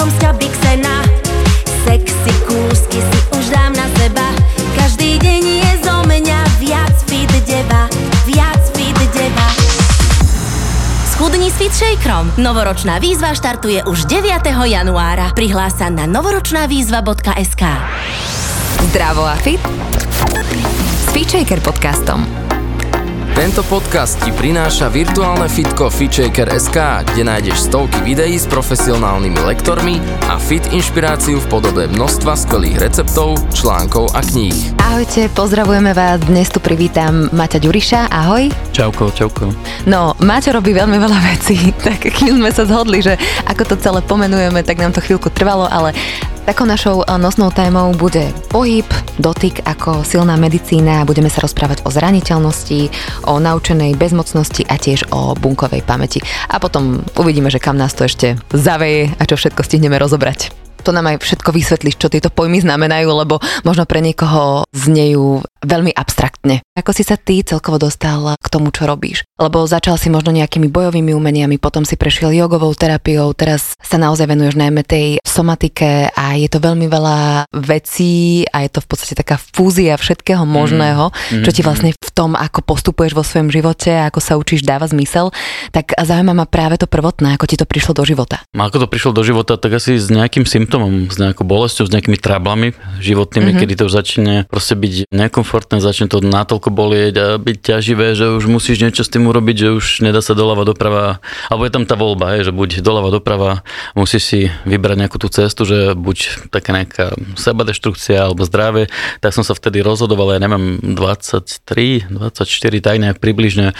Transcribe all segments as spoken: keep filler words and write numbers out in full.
potomská Bixena. Sexy kúsky si už dám na seba. Každý deň je zo mňa viac fit deva, viac fit deva. Schudni s Fit Shakerom. Novoročná výzva štartuje už deviateho januára. Prihlás sa na novoročná výzva bodka es ká. Zdravo a fit s Fit Shaker podcastom. Tento podcast ti prináša virtuálne fitko FitShaker bodka es ká, kde nájdeš stovky videí s profesionálnymi lektormi a fit inšpiráciu v podobe množstva skvelých receptov, článkov a kníh. Ahojte, pozdravujeme vás. Dnes tu privítam Maťa Ďuriša. Ahoj. Čauko, čauko. No, Maťo robí veľmi veľa vecí, tak kým sme sa zhodli, že ako to celé pomenujeme, tak nám to chvíľku trvalo, ale takou našou nosnou témou bude pohyb, dotyk ako silná medicína. Budeme sa rozprávať o zraniteľnosti, o naučenej bezmocnosti a tiež o bunkovej pamäti. A potom uvidíme, že kam nás to ešte zaveje a čo všetko stihneme rozobrať. To nám aj všetko vysvetlíš, čo tieto pojmy znamenajú, lebo možno pre niekoho znejú veľmi abstraktne. Ako si sa ty celkovo dostal k tomu, čo robíš? Lebo začal si možno nejakými bojovými umeniami, potom si prešiel jogovou terapiou, teraz sa naozaj venuješ najmä tej somatike a je to veľmi veľa vecí a je to v podstate taká fúzia všetkého možného, mm. čo ti vlastne v tom, ako postupuješ vo svojom živote a ako sa učíš, dáva zmysel. Tak zaujíma ma práve to prvotné, ako ti to prišlo do života. A ako to prišlo do života, tak asi s nejakým symptómom, s nejakou bolesťou, s nejakými tráblami životnými, mm-hmm. kedy to už začne proste byť nekomfortné, začne to natoľko bolieť a byť ťaživé, že už musíš niečo s tým urobiť, že už nedá sa doľava doprava, alebo je tam tá voľba, je, že buď doľava doprava, musíš si vybrať nejakú tú cestu, že buď taká nejaká sebadeštrukcia alebo zdravie, tak som sa vtedy rozhodoval, ja neviem, dvadsaťtri, dvadsaťštyri, tak nejak približne.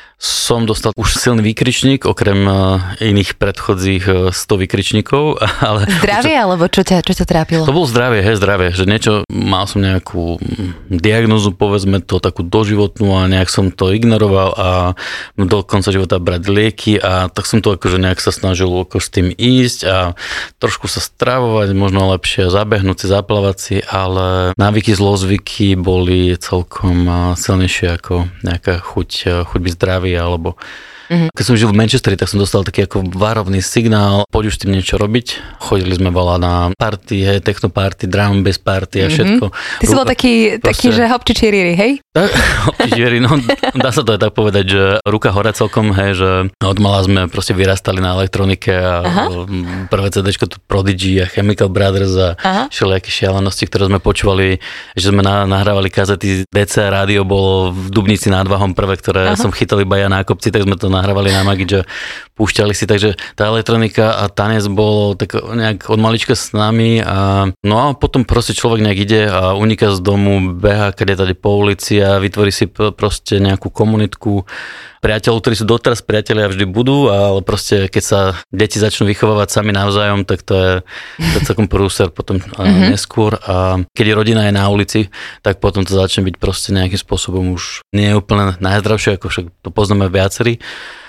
Som dostal už silný výkričník, okrem iných predchodzích sto výkričníkov. Ale zdravie, čo, alebo čo ťa, čo ťa trápilo? To bolo zdravie, hej, zdravie, že niečo, mal som nejakú diagnózu, povedzme to, takú doživotnú a nejak som to ignoroval a do konca života brať lieky a tak som to akože nejak sa snažil ako s tým ísť a trošku sa stravovať, možno lepšie zabehnúť si, zaplávať si, ale návyky, zlozvyky boli celkom silnejšie ako nejaká chuť, chuť byť zdravý. Alebo mm-hmm. keď som žil v Manchesteri, tak som dostal taký ako varovný signál, poď už s tým niečo robiť. Chodili sme veľa na party, hej, techno party, drum bass party a všetko. Mm-hmm. Ty si bol taký, proste, taký, že hopčičíri, hej? Hopčičíri, no dá sa to aj tak povedať, že ruka hore celkom, hej, že odmala sme proste vyrastali na elektronike a Aha. prvé CDčko tu Prodigy a Chemical Brothers a všelijaké šialenosti, ktoré sme počúvali, že sme nahrávali kazety, dé cé rádio bolo v Dubnici nad Váhom prvé, ktoré Aha. som chytal iba ja na kopci, tak sme to nahrávali na Magi, že púšťali si, takže tá elektronika a tanec bolo tak nejak od malička s nami a no a potom proste človek nejak ide a uniká z domu, beha kade tady po ulici a vytvorí si proste nejakú komunitku priateľov, ktorí sú doteraz priatelia vždy budú, ale proste keď sa deti začnú vychovávať sami navzájom, tak to je, to je celkom prúser potom mm-hmm. neskôr a keď rodina je na ulici, tak potom to začne byť proste nejakým spôsobom už nie je úplne najzdravšie, ako však to poznáme viacerí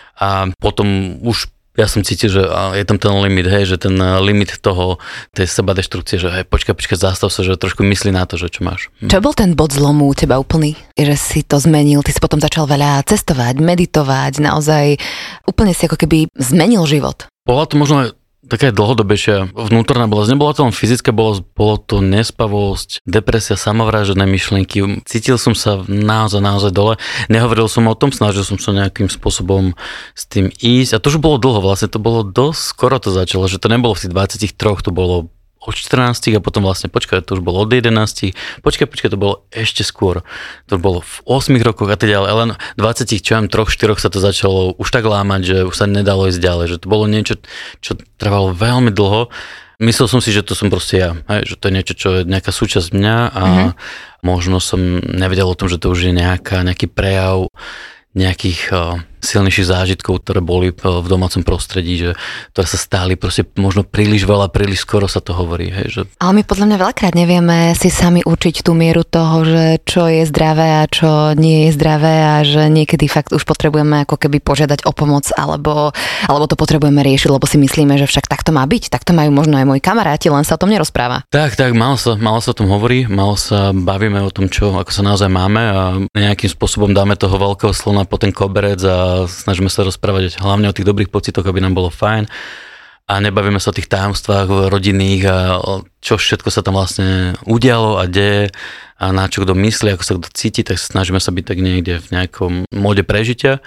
a potom už ja som cítil, že je tam ten limit, hej, že ten limit toho, tej sebadeštrukcie, že hej, počkaj, počkaj, zastav sa, že trošku myslí na to, že čo máš. Hm. Čo bol ten bod zlomu u teba úplný? Že si to zmenil, ty si potom začal veľa cestovať, meditovať, naozaj úplne si ako keby zmenil život. Bola to možno taká dlhodobejšia vnútorná bolesť. Nebola to len fyzická bolesť, bolo to nespavosť, depresia, samovražedné myšlienky. Cítil som sa naozaj, naozaj dole. Nehovoril som o tom, snažil som sa nejakým spôsobom s tým ísť. A to už bolo dlho, vlastne to bolo dosť skoro to začalo, že to nebolo v tých dvadsiatich troch, to bolo od štrnástich a potom vlastne, počkaj, to už bolo od jedenástich, počkaj, počkaj, to bolo ešte skôr. To bolo v ôsmich rokoch a teda, ale len v dvadsiatich, čo viem, troch, štyroch sa to začalo už tak lámať, že už sa nedalo ísť ďalej, že to bolo niečo, čo trvalo veľmi dlho. Myslel som si, že to som proste ja, hej, že to je niečo, čo je nejaká súčasť mňa a mm-hmm. možno som nevedel o tom, že to už je nejaká, nejaký prejav nejakých uh, silnejších zážitkov, ktoré boli v domácom prostredí, že ktoré sa stáli proste možno príliš veľa, príliš skoro sa to hovorí. Hej, že... Ale my podľa mňa veľakrát nevieme si sami určiť tú mieru toho, že čo je zdravé a čo nie je zdravé a že niekedy fakt už potrebujeme ako keby požiadať o pomoc alebo, alebo to potrebujeme riešiť, lebo si myslíme, že však tak to má byť, tak to majú možno aj moji kamaráti, len sa o tom nerozpráva. Tak, tak, málo sa, málo sa o tom hovorí, málo sa bavíme o tom, čo, ako sa naozaj máme a nejakým spôsobom dáme toho veľkého slona po ten koberec a snažíme sa rozprávať hlavne o tých dobrých pocitoch, aby nám bolo fajn. a nebavíme sa o tých tajomstvách rodinných a čo všetko sa tam vlastne udialo a deje a na čo kto myslí, ako sa kto cíti, tak snažíme sa byť tak niekde v nejakom móde prežitia.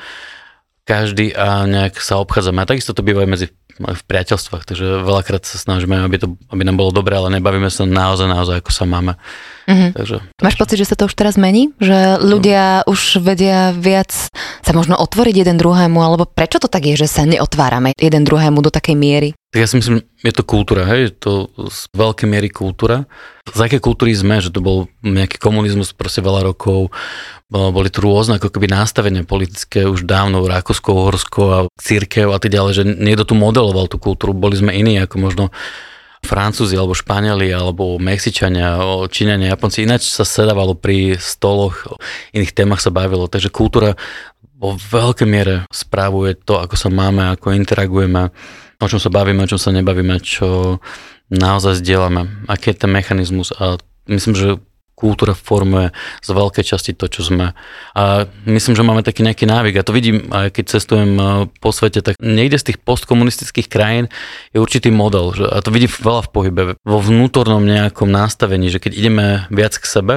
Každý a nejak sa obchádzame. A takisto to býva aj medzi v priateľstvách, takže veľakrát sa snažíme, aby, to, aby nám bolo dobré, ale nebavíme sa naozaj, naozaj, ako sa máme. Mm-hmm. Takže, Máš pocit, že sa to už teraz mení? Že ľudia no. už vedia viac sa možno otvoriť jeden druhému, alebo prečo to tak je, že sa neotvárame jeden druhému do takej miery? Tak ja si myslím, je to kultúra, hej, je to z veľkej miery kultúra. Z aké kultúry sme, že to bol nejaký komunizmus proste veľa rokov, boli tu rôzne ako keby nastavenia politické už dávno, Rakúsko, Uhorsko a cirkev a tak ďalej, že niekto tu modeloval tú kultúru, boli sme iní ako možno Francúzi, alebo Španieli, alebo Mexičania, Číňania, Japonci, ináč sa sedávalo pri stoloch, o iných témach sa bavilo, takže kultúra vo veľkej miere správuje to, ako sa máme, ako interagujeme, o čom sa bavíme, o čom sa nebavíme, čo naozaj zdieľame, aký je ten mechanizmus a myslím, že kultúra formuje z veľkej časti to, čo sme. A myslím, že máme taký nejaký návyk. Ja to vidím, aj keď cestujem po svete, tak niekde z tých postkomunistických krajín je určitý model. Že, a to vidím veľa v pohybe. Vo vnútornom nejakom nastavení, že keď ideme viac k sebe,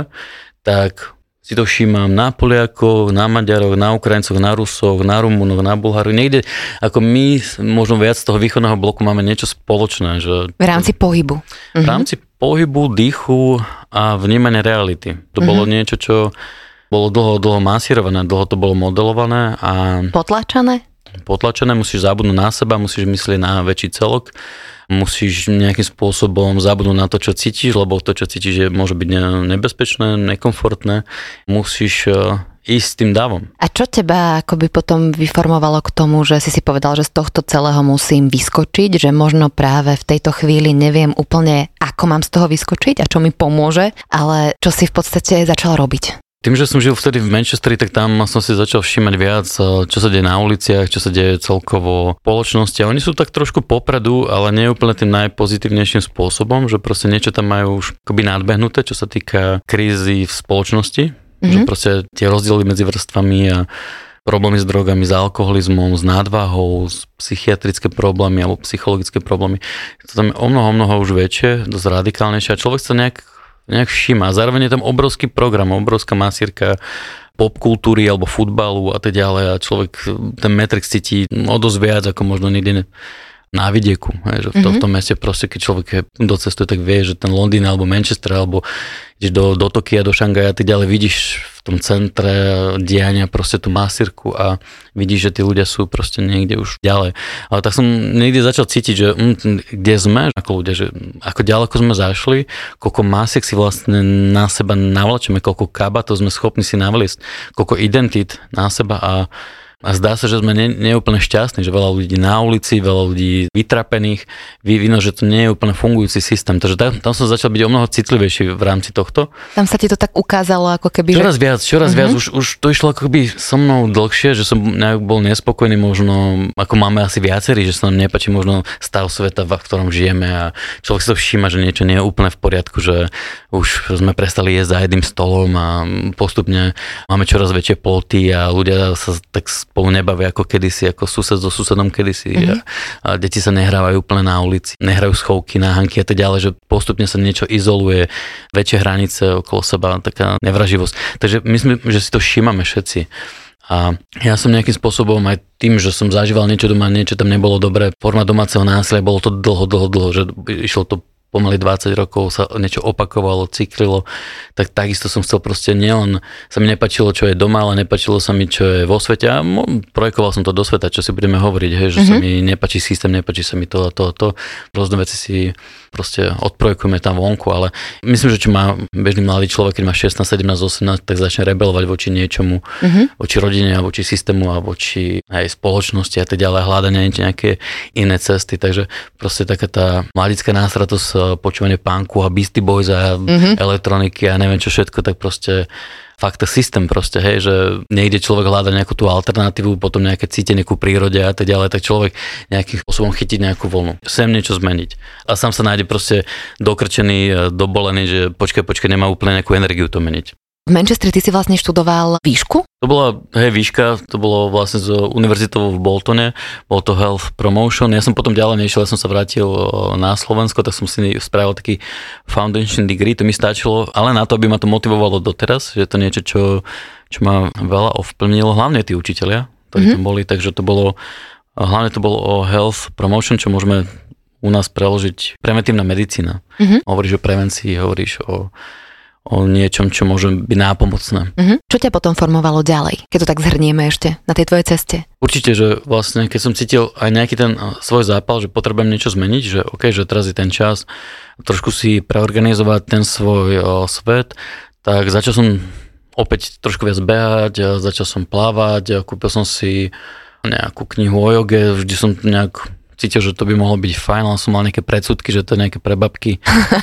tak si to všímam na Poliakoch, na Maďaroch, na Ukrajincoch, na Rusoch, na Rumunoch, na Bulharoch. Niekde, ako my, možno viac z toho východného bloku máme niečo spoločné. Že v rámci pohybu. V rámci pohybu, dýchu a vnímania reality. To mm-hmm. bolo niečo, čo bolo dlho, dlho masírované, dlho to bolo modelované a... Potlačané? Potlačené, musíš zabudnúť na seba, musíš myslieť na väčší celok. Musíš nejakým spôsobom zabudnúť na to, čo cítiš, lebo to, čo cítiš, je, môže byť nebezpečné, nekomfortné. Musíš ísť s tým davom. A čo teba akoby potom vyformovalo k tomu, že si si povedal, že z tohto celého musím vyskočiť, že možno práve v tejto chvíli neviem úplne, ako mám z toho vyskočiť a čo mi pomôže, ale čo si v podstate začal robiť? Tým, že som žil vtedy v Manchesteri, tak tam som si začal všímať viac, čo sa deje na uliciach, čo sa deje celkovo v spoločnosti. A oni sú tak trošku popredu, ale nie úplne tým najpozitívnejším spôsobom, že proste niečo tam majú už akoby nadbehnuté, čo sa týka krízy v spoločnosti. Mm-hmm. Že proste tie rozdiely medzi vrstvami a problémy s drogami, s alkoholizmom, s nadváhou, s psychiatrické problémy alebo psychologické problémy. To tam je o mnoho, mnoho už väčšie, dosť radikálnejšie a človek sa nejak nejak všíma. Zároveň je tam obrovský program, obrovská masírka popkultúry alebo futbalu a tak ďalej a človek ten Matrix cíti o dosť viac ako možno niekde na vidieku. Že v, to, v tom meste proste, keď človek docestuje, tak vie, že ten Londýn alebo Manchester alebo ideš do, do Tokia, do Šangaja a tak ďalej, vidíš v tom centre diania proste tú masírku a vidíš, že tí ľudia sú proste niekde už ďalej. Ale tak som niekde začal cítiť, že hm, kde sme ako ľudia, že ako ďaleko sme zašli, koľko masiek si vlastne na seba navlačíme, koľko kabatov sme schopní si navliesť, koľko identít na seba a A zdá sa, že sme nie, nie úplne šťastní, že veľa ľudí na ulici, veľa ľudí vytrapených, vyvino, že to nie je úplne fungujúci systém. Takže tam, tam som začal byť o mnoho citlivejší v rámci tohto. Tam sa ti to tak ukázalo, ako keby... Čoraz že... viac, čoraz uh-huh. viac. Už, už to išlo ako keby so mnou dlhšie, že som nejak bol nespokojný možno, ako máme asi viacerí, že sa nám nepáči možno stav sveta, v ktorom žijeme a človek si to všíma, že niečo nie je úplne v poriadku, že už sme prestali jesť za jedným stolom a postupne máme čoraz väčšie ploty a ľudia sa tak spolu nebavia ako kedysi, ako sused so susedom kedysi. Mm-hmm. A, a deti sa nehrávajú úplne na ulici, nehrajú schovky, náhanky a tak ďalej, že postupne sa niečo izoluje, väčšie hranice okolo seba, taká nevraživosť. Takže my sme, že si to všímame všetci. A ja som nejakým spôsobom aj tým, že som zažíval niečo doma, niečo tam nebolo dobré, forma domáceho násilia, bolo to dlho, dlho, dlho, že išlo to pomaly dvadsať rokov, sa niečo opakovalo, cyklilo, tak takisto som chcel proste nielen, sa mi nepačilo, čo je doma, ale nepačilo sa mi, čo je vo svete a projekoval som to do sveta, čo si budeme hovoriť, hej, že mm-hmm. sa mi nepačí systém, nepačí sa mi to a to a to, rôzne veci si proste odprojekujeme tam vonku, ale myslím, že čo má bežný mladý človek, keď má šestnásť, sedemnásť, osemnásť, tak začne rebelovať voči niečomu, mm-hmm. voči rodine a voči systému a voči aj spoločnosti a tak ďalej, hľadania nejaké iné cesty, takže proste taká tá mladická nástratosť, počúvanie punku a Beastie Boys a mm-hmm. elektroniky a neviem čo všetko, tak proste fakt systém proste, hej, že niekde človek hľada nejakú tú alternatívu, potom nejaké cítenie ku prírode a tak ďalej, tak človek nejakým spôsobom chytiť nejakú vlnu. Sem niečo zmeniť. A sám sa nájde proste dokrčený, dobolený, že počkaj, počkaj, nemá úplne nejakú energiu to meniť. V Manchestri ty si vlastne študoval výšku? To bola, hej, výška, to bolo vlastne z univerzitou v Boltone, bol to Health Promotion. Ja som potom ďalej nešiel, ja som sa vrátil na Slovensko, tak som si spravil taký foundation degree, to mi stačilo, ale na to, aby ma to motivovalo doteraz, že to niečo, čo, čo ma veľa ovplyvnilo, hlavne tí učitelia, ktorí mm-hmm. tam boli, takže to bolo, hlavne to bolo o Health Promotion, čo môžeme u nás preložiť preventívna medicína. Mm-hmm. Hovoríš o prevencii, hovoríš o o niečom, čo môže byť nápomocné. Uh-huh. Čo ťa potom formovalo ďalej, keď to tak zhrnieme ešte na tej tvojej ceste? Určite, že vlastne, keď som cítil aj nejaký ten svoj zápal, že potrebujem niečo zmeniť, že OK, že teraz je ten čas trošku si preorganizovať ten svoj o, svet, tak začal som opäť trošku viac behať, začal som plávať, kúpil som si nejakú knihu o joge, vždy som nejak cítil, že to by mohlo byť fajn, ale som mal nejaké predsudky, že to je nejaké pre babky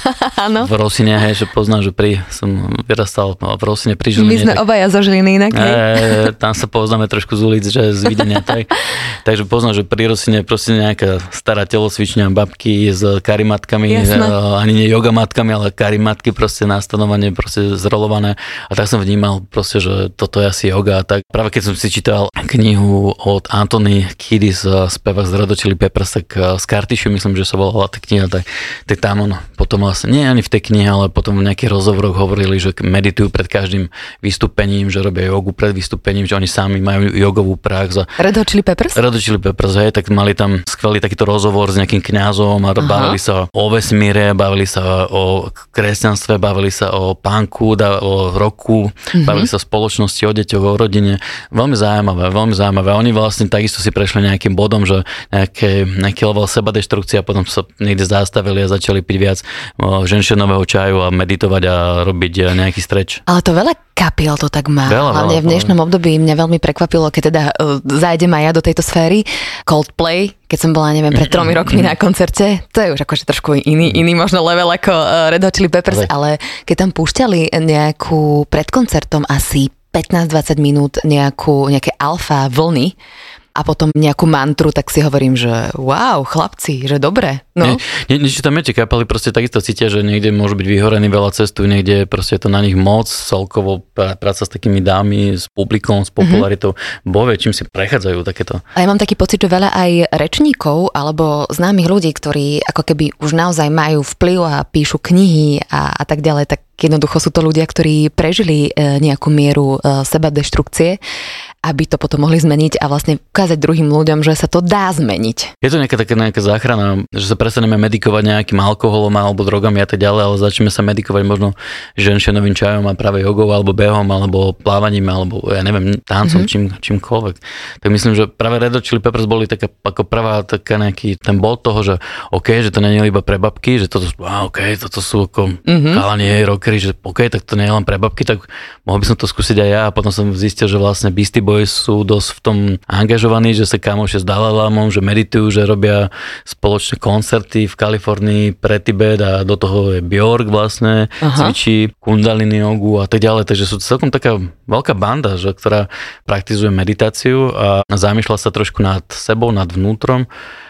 v Rosine, hej, že poznám, že pri, som vyrastal v Rosine pri Žiline. My sme tak, obaja zo Žiliny inak, hej. E, tam sa poznáme trošku z ulic, že z videnia, tak. Takže poznám, že pri Rosine proste nejaká stará telocvičňa babky s karimatkami, e, ani nie jogamatkami, ale karimatky proste nastanovanie, proste zrolované. A tak som vnímal proste, že toto je asi yoga. Tak práve keď som si čítal knihu od Anthony Kiedis, spevák z Red Hot Chili Peppers, tak z Kartyšiu, myslím, že sa volala tá kniha, tak, tak tam on potom vlastne, nie ani v tej knihe, ale potom v nejakých rozhovoroch hovorili, že meditujú pred každým vystúpením, že robia jogu pred vystúpením, že oni sami majú jogovú prax. Red Hot Chili Peppers? Red Hot Chili Peppers, hej, tak mali tam skvelý takýto rozhovor s nejakým kňazom a Aha. bavili sa o vesmíre, bavili sa o kresťanstve, bavili sa o punku, o roku, mm-hmm. bavili sa o spoločnosti, o deťoch, o rodine. Veľmi zaujímavé, veľmi zaujímavé. Oni vlastne takisto si prešli nejakým bodom, že nejaké nejaký level sebadeštrukcie a potom sa niekde zastavili a začali piť viac ženšenového čaju a meditovať a robiť nejaký streč. Ale to veľa kapiel to tak má. Veľa, Hlavne veľa, v dnešnom veľa. období mňa veľmi prekvapilo, keď teda uh, zájdem aj ja do tejto sféry. Coldplay, keď som bola, neviem, pred tromi rokmi na koncerte, to je už akože trošku iný, iný možno level ako uh, Red Hot Chili Peppers, ale keď tam púšťali nejakú pred koncertom asi pätnásť dvadsať minút nejakú, nejaké alfa vlny, a potom nejakú mantru, tak si hovorím, že wow, chlapci, že dobre. No. Nie, nie, tam je, kapely proste takisto cítia, že niekde môžu byť vyhorení, veľa cestujú, niekde proste je to na nich moc, celkovo práca s takými dámy, s publikom, s popularitou, mm-hmm. bovie, čím si prechádzajú takéto. A ja mám taký pocit, že veľa aj rečníkov alebo známych ľudí, ktorí ako keby už naozaj majú vplyv a píšu knihy a, a tak ďalej, tak jednoducho sú to ľudia, ktorí prežili nejakú mieru sebadeštrukcie, aby to potom mohli zmeniť a vlastne ukázať druhým ľuďom, že sa to dá zmeniť. Je to nejaká taká nejaká záchrana, že sa prestaneme medikovať nejakým alkoholom alebo drogami a tak ďalej, ale začneme sa medikovať možno ženšenovým čajom a práve jogou alebo behom alebo plávaním alebo ja neviem, tancom, mm-hmm. čím, čímkoľvek. Tak myslím, že práve Red Hot Chili Peppers boli taká ako prvá taká nejaký ten bod toho, že OK, že to nie je iba pre babky, že toto, ah, OK, toto sú ako mm-hmm. chalani, rockery, že OK, tak to nie je len pre babky, tak mohol by som to skúsiť aj ja a potom som zistil, že vlastne Beastie Boys sú dosť v tom angažovaní, že sa kamošia s Dalajlámom, že meditujú, že robia spoločné koncerty v Kalifornii pre Tibet a do toho je Björk vlastne, Aha. cvičí kundalini jogu a tak ďalej, takže sú celkom taká veľká banda, že, ktorá praktizuje meditáciu a zamýšľa sa trošku nad sebou, nad vnútrom.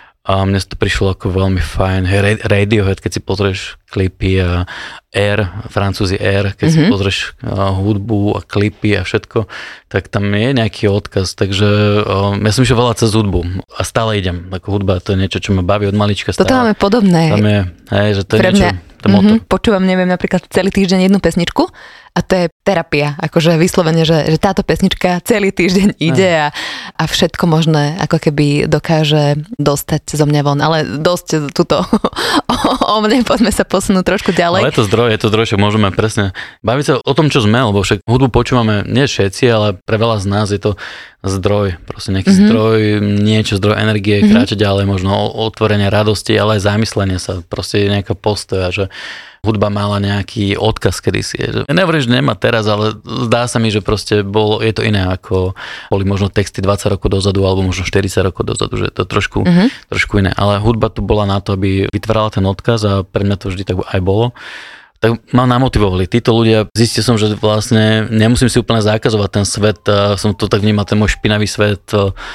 A mne to prišlo ako veľmi fajn. Hey, Radiohead, keď si pozrieš klipy a Air, Francúzi Air, keď mm-hmm. si pozrieš uh, hudbu a klipy a všetko, tak tam je nejaký odkaz. Takže uh, ja som išiel veľa cez hudbu a stále idem. Ako hudba, to je niečo, čo ma baví od malička. Stále. Toto máme podobné. Tam je, hej, že to je Pre niečo, mňa, to moto. Mm-hmm, počúvam, neviem, napríklad celý týždeň jednu pesničku a to je terapia. Akože vyslovene, že, že táto pesnička celý týždeň ide a, a všetko možné ako keby dokáže dostať zo mňa von. Ale dosť tuto o, o mne, poďme sa posunúť trošku ďalej. Ale je to zdroj, je to zdroj, však môžeme presne baviť sa o tom, čo sme, lebo však hudbu počúvame nie všetci, ale pre veľa z nás je to zdroj, proste nejaký mm-hmm. zdroj, niečo, zdroj energie, mm-hmm. kráčať ďalej, možno otvorenia radosti, ale aj zamyslenia sa, proste nejaká postoja, že hudba mala nejaký odkaz kedysi. Že ja nehovorím, že nemá teraz, ale zdá sa mi, že proste bolo, je to iné, ako boli možno texty dvadsať rokov dozadu, alebo možno štyridsať rokov dozadu, že je to trošku, mm-hmm. trošku iné. Ale hudba tu bola na to, aby vytvárala ten odkaz a pre mňa to vždy tak aj bolo. Tak ma namotivovali. Títo ľudia, zistil som, že vlastne nemusím si úplne zakazovať ten svet, som to tak vnímal, ten môj špinavý svet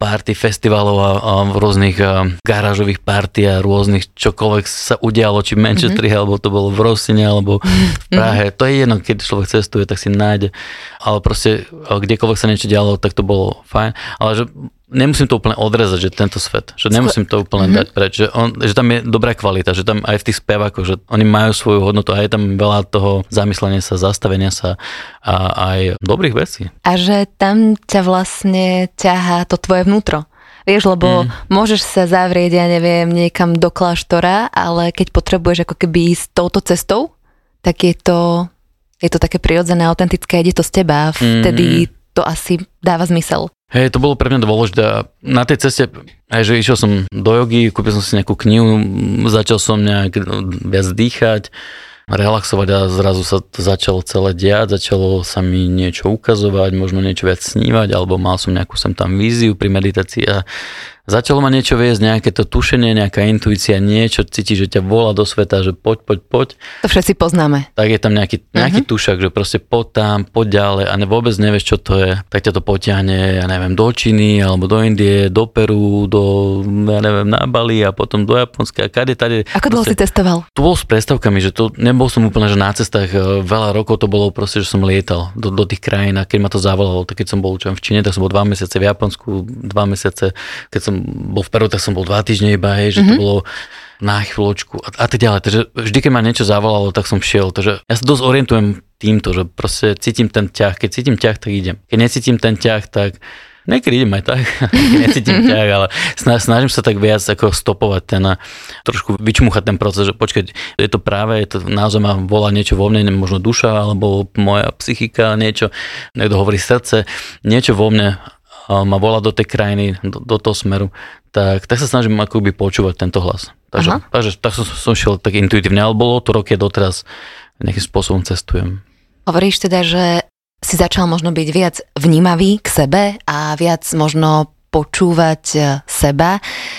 party, festivalov a, a rôznych a, garážových party a rôznych čokoľvek sa udialo, či v Manchesteri, mm-hmm. alebo to bolo v Rosine, alebo v Prahe. Mm-hmm. To je jedno, keď človek cestuje, tak si nájde. Ale proste, kdekoľvek sa niečo dialo, tak to bolo fajn. Ale že nemusím to úplne odrezať, že tento svet, že nemusím to úplne mm-hmm. dať preč, že, on, že tam je dobrá kvalita, že tam aj v tých spevákoch, že oni majú svoju hodnotu a je tam veľa toho zamyslenia sa, zastavenia sa a aj dobrých vecí. A že tam ťa vlastne ťahá to tvoje vnútro. Vieš, lebo mm. môžeš sa zavrieť, ja neviem, niekam do kláštora, ale keď potrebuješ ako keby ísť touto cestou, tak je to, je to také prirodzené, autentické, ide to z teba a vtedy mm. to asi dáva zmysel. Hej, to bolo pre mňa dôležité. Na tej ceste, aj že išiel som do jogy, kúpil som si nejakú knihu, začal som nejak viac dýchať, relaxovať a zrazu sa to začalo celé diať, začalo sa mi niečo ukazovať, možno niečo viac snívať, alebo mal som nejakú sem tam víziu pri meditácii a začalo ma niečo viesť, nejaké to tušenie, nejaká intuícia, niečo cítiš, že ťa volá do sveta, že poď, poď, poď. To všetci poznáme. Tak je tam nejaký, nejaký uh-huh. tušak, že proste poď tam, poď ďalej a ne, vôbec nevieš, čo to je. Tak ťa to potiahne, ja neviem, do Číny, alebo do Indie, do Peru, do, ja neviem, na Bali a potom do Japonska. Kade, tade. Ako dlho si testoval? To bolo s predstavkami, že to nebol som úplne, že na cestách veľa rokov to bolo proste, že som lietal do, do tých krajín a keď ma to zavolalo, tak keď som bol v Číne, tak som bol dva mesiace v Japonsku, dva mesiace, keď som bol v Peru, tak som bol dva týždne iba, hej, že mm-hmm. to bolo na chvíľočku a, a tak ďalej. Takže vždy, keď ma niečo zavolalo, tak som šiel. Takže ja sa dosť orientujem týmto, že proste cítim ten ťah. Keď cítim ťah, tak idem. Keď necítim ten ťah, tak niekedy idem aj tak. Keď necítim ťah, ale snažím sa tak viac ako stopovať ten a trošku vyčmuchať ten proces, že počkať, je to práve, je to naozaj ma volá niečo vo mne, možno duša, alebo moja psychika, niečo, niekto hovorí srdce, niečo vo mne ma volá do tej krajiny, do, do toho smeru, tak, tak sa snažím akoby počúvať tento hlas. Takže, takže tak som, som šiel tak intuitívne, ale bolo to roky doteraz nejakým spôsobom cestujem. Hovoríš teda, že si začal možno byť viac vnímavý k sebe a viac možno počúvať seba.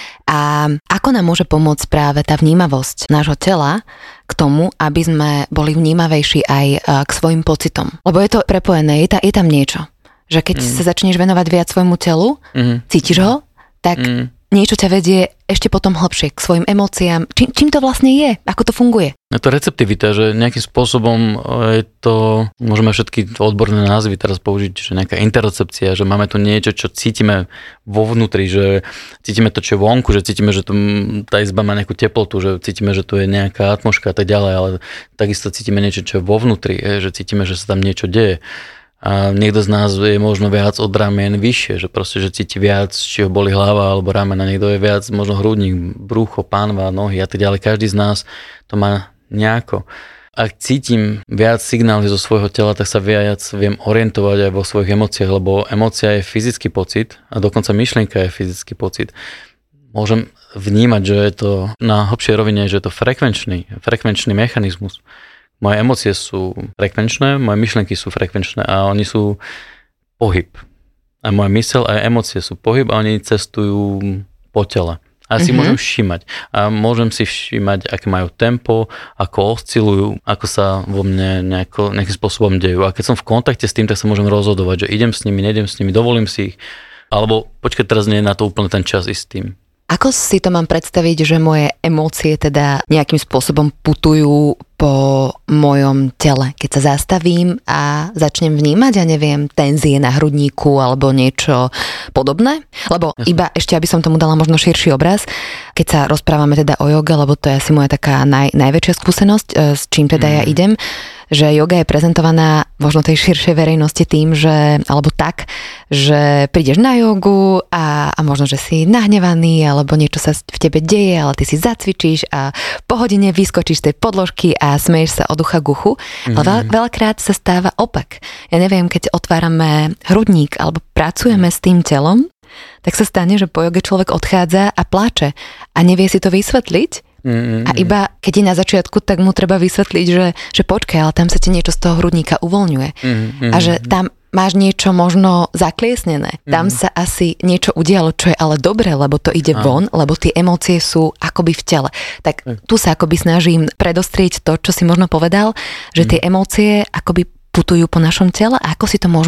A ako nám môže pomôcť práve tá vnímavosť nášho tela k tomu, aby sme boli vnímavejší aj k svojim pocitom? Lebo je to prepojené, je, ta, je tam niečo. Že keď mm. sa začneš venovať viac svojmu telu, mm. cítiš ho, tak mm. niečo ťa vedie ešte potom hlbšie k svojim emóciám. Čím, čím to vlastne je? Ako to funguje? Je to receptivita, že nejakým spôsobom je to, môžeme všetky odborné názvy teraz použiť, že nejaká interocepcia, že máme tu niečo, čo cítime vo vnútri, že cítime to, čo je vonku, že cítime, že tu, tá izba má nejakú teplotu, že cítime, že tu je nejaká atmosféra a tak ďalej, ale takisto cítime niečo, čo je vo vnútri, že cítime, že sa tam niečo deje. A niekto z nás je možno viac od ramien vyššie, že proste, že cíti viac, či ho boli hlava alebo ramena, niekto je viac možno hrudník, brúcho, pánva, nohy a tak ďalej. Každý z nás to má nejako. Ak cítim viac signály zo svojho tela, tak sa viac viem orientovať aj vo svojich emóciách, lebo emócia je fyzický pocit a dokonca myšlienka je fyzický pocit. Môžem vnímať, že je to na hlbšej rovine, že je to frekvenčný, frekvenčný mechanizmus. Moje emócie sú frekvenčné, moje myšlenky sú frekvenčné a oni sú pohyb. A moja myseľ a emócie sú pohyb a oni cestujú po tele. A si mm-hmm. môžem všímať. A môžem si všímať, aké majú tempo, ako oscilujú, ako sa vo mne nejako, nejakým spôsobom dejú. A keď som v kontakte s tým, tak sa môžem rozhodovať, že idem s nimi, nejdem s nimi, dovolím si ich. Alebo počkať, teraz nie je na to úplne ten čas ísť s tým. Ako si to mám predstaviť, že moje emócie teda nejakým spôsobom putujú po mojom tele? Keď sa zastavím a začnem vnímať, ja neviem, tenzie na hrudníku alebo niečo podobné? Lebo Jasne. Iba ešte, aby som tomu dala možno širší obraz, keď sa rozprávame teda o joge, lebo to je asi moja taká naj, najväčšia skúsenosť, s čím teda mm. ja idem, že joga je prezentovaná možno tej širšej verejnosti tým, že, alebo tak, že prídeš na jogu a, a možno, že si nahnevaný, alebo niečo sa v tebe deje, ale ty si zacvičíš a po hodine vyskočíš z tej podložky a smeješ sa od ucha k uchu. Mm-hmm. Ale veľ, veľakrát sa stáva opak. Ja neviem, keď otvárame hrudník alebo pracujeme s tým telom, tak sa stane, že po joge človek odchádza a pláče a nevie si to vysvetliť. Mm-hmm. A iba keď je na začiatku, tak mu treba vysvetliť, že, že počkaj, ale tam sa ti niečo z toho hrudníka uvoľňuje. Mm-hmm. A že tam máš niečo možno zakliesnené. Mm-hmm. Tam sa asi niečo udialo, čo je ale dobré, lebo to ide ah. von, lebo tie emócie sú akoby v tele. Tak mm. tu sa akoby snažím predostrieť to, čo si možno povedal, že mm. tie emócie akoby putujú po našom tele a ako si to môžeme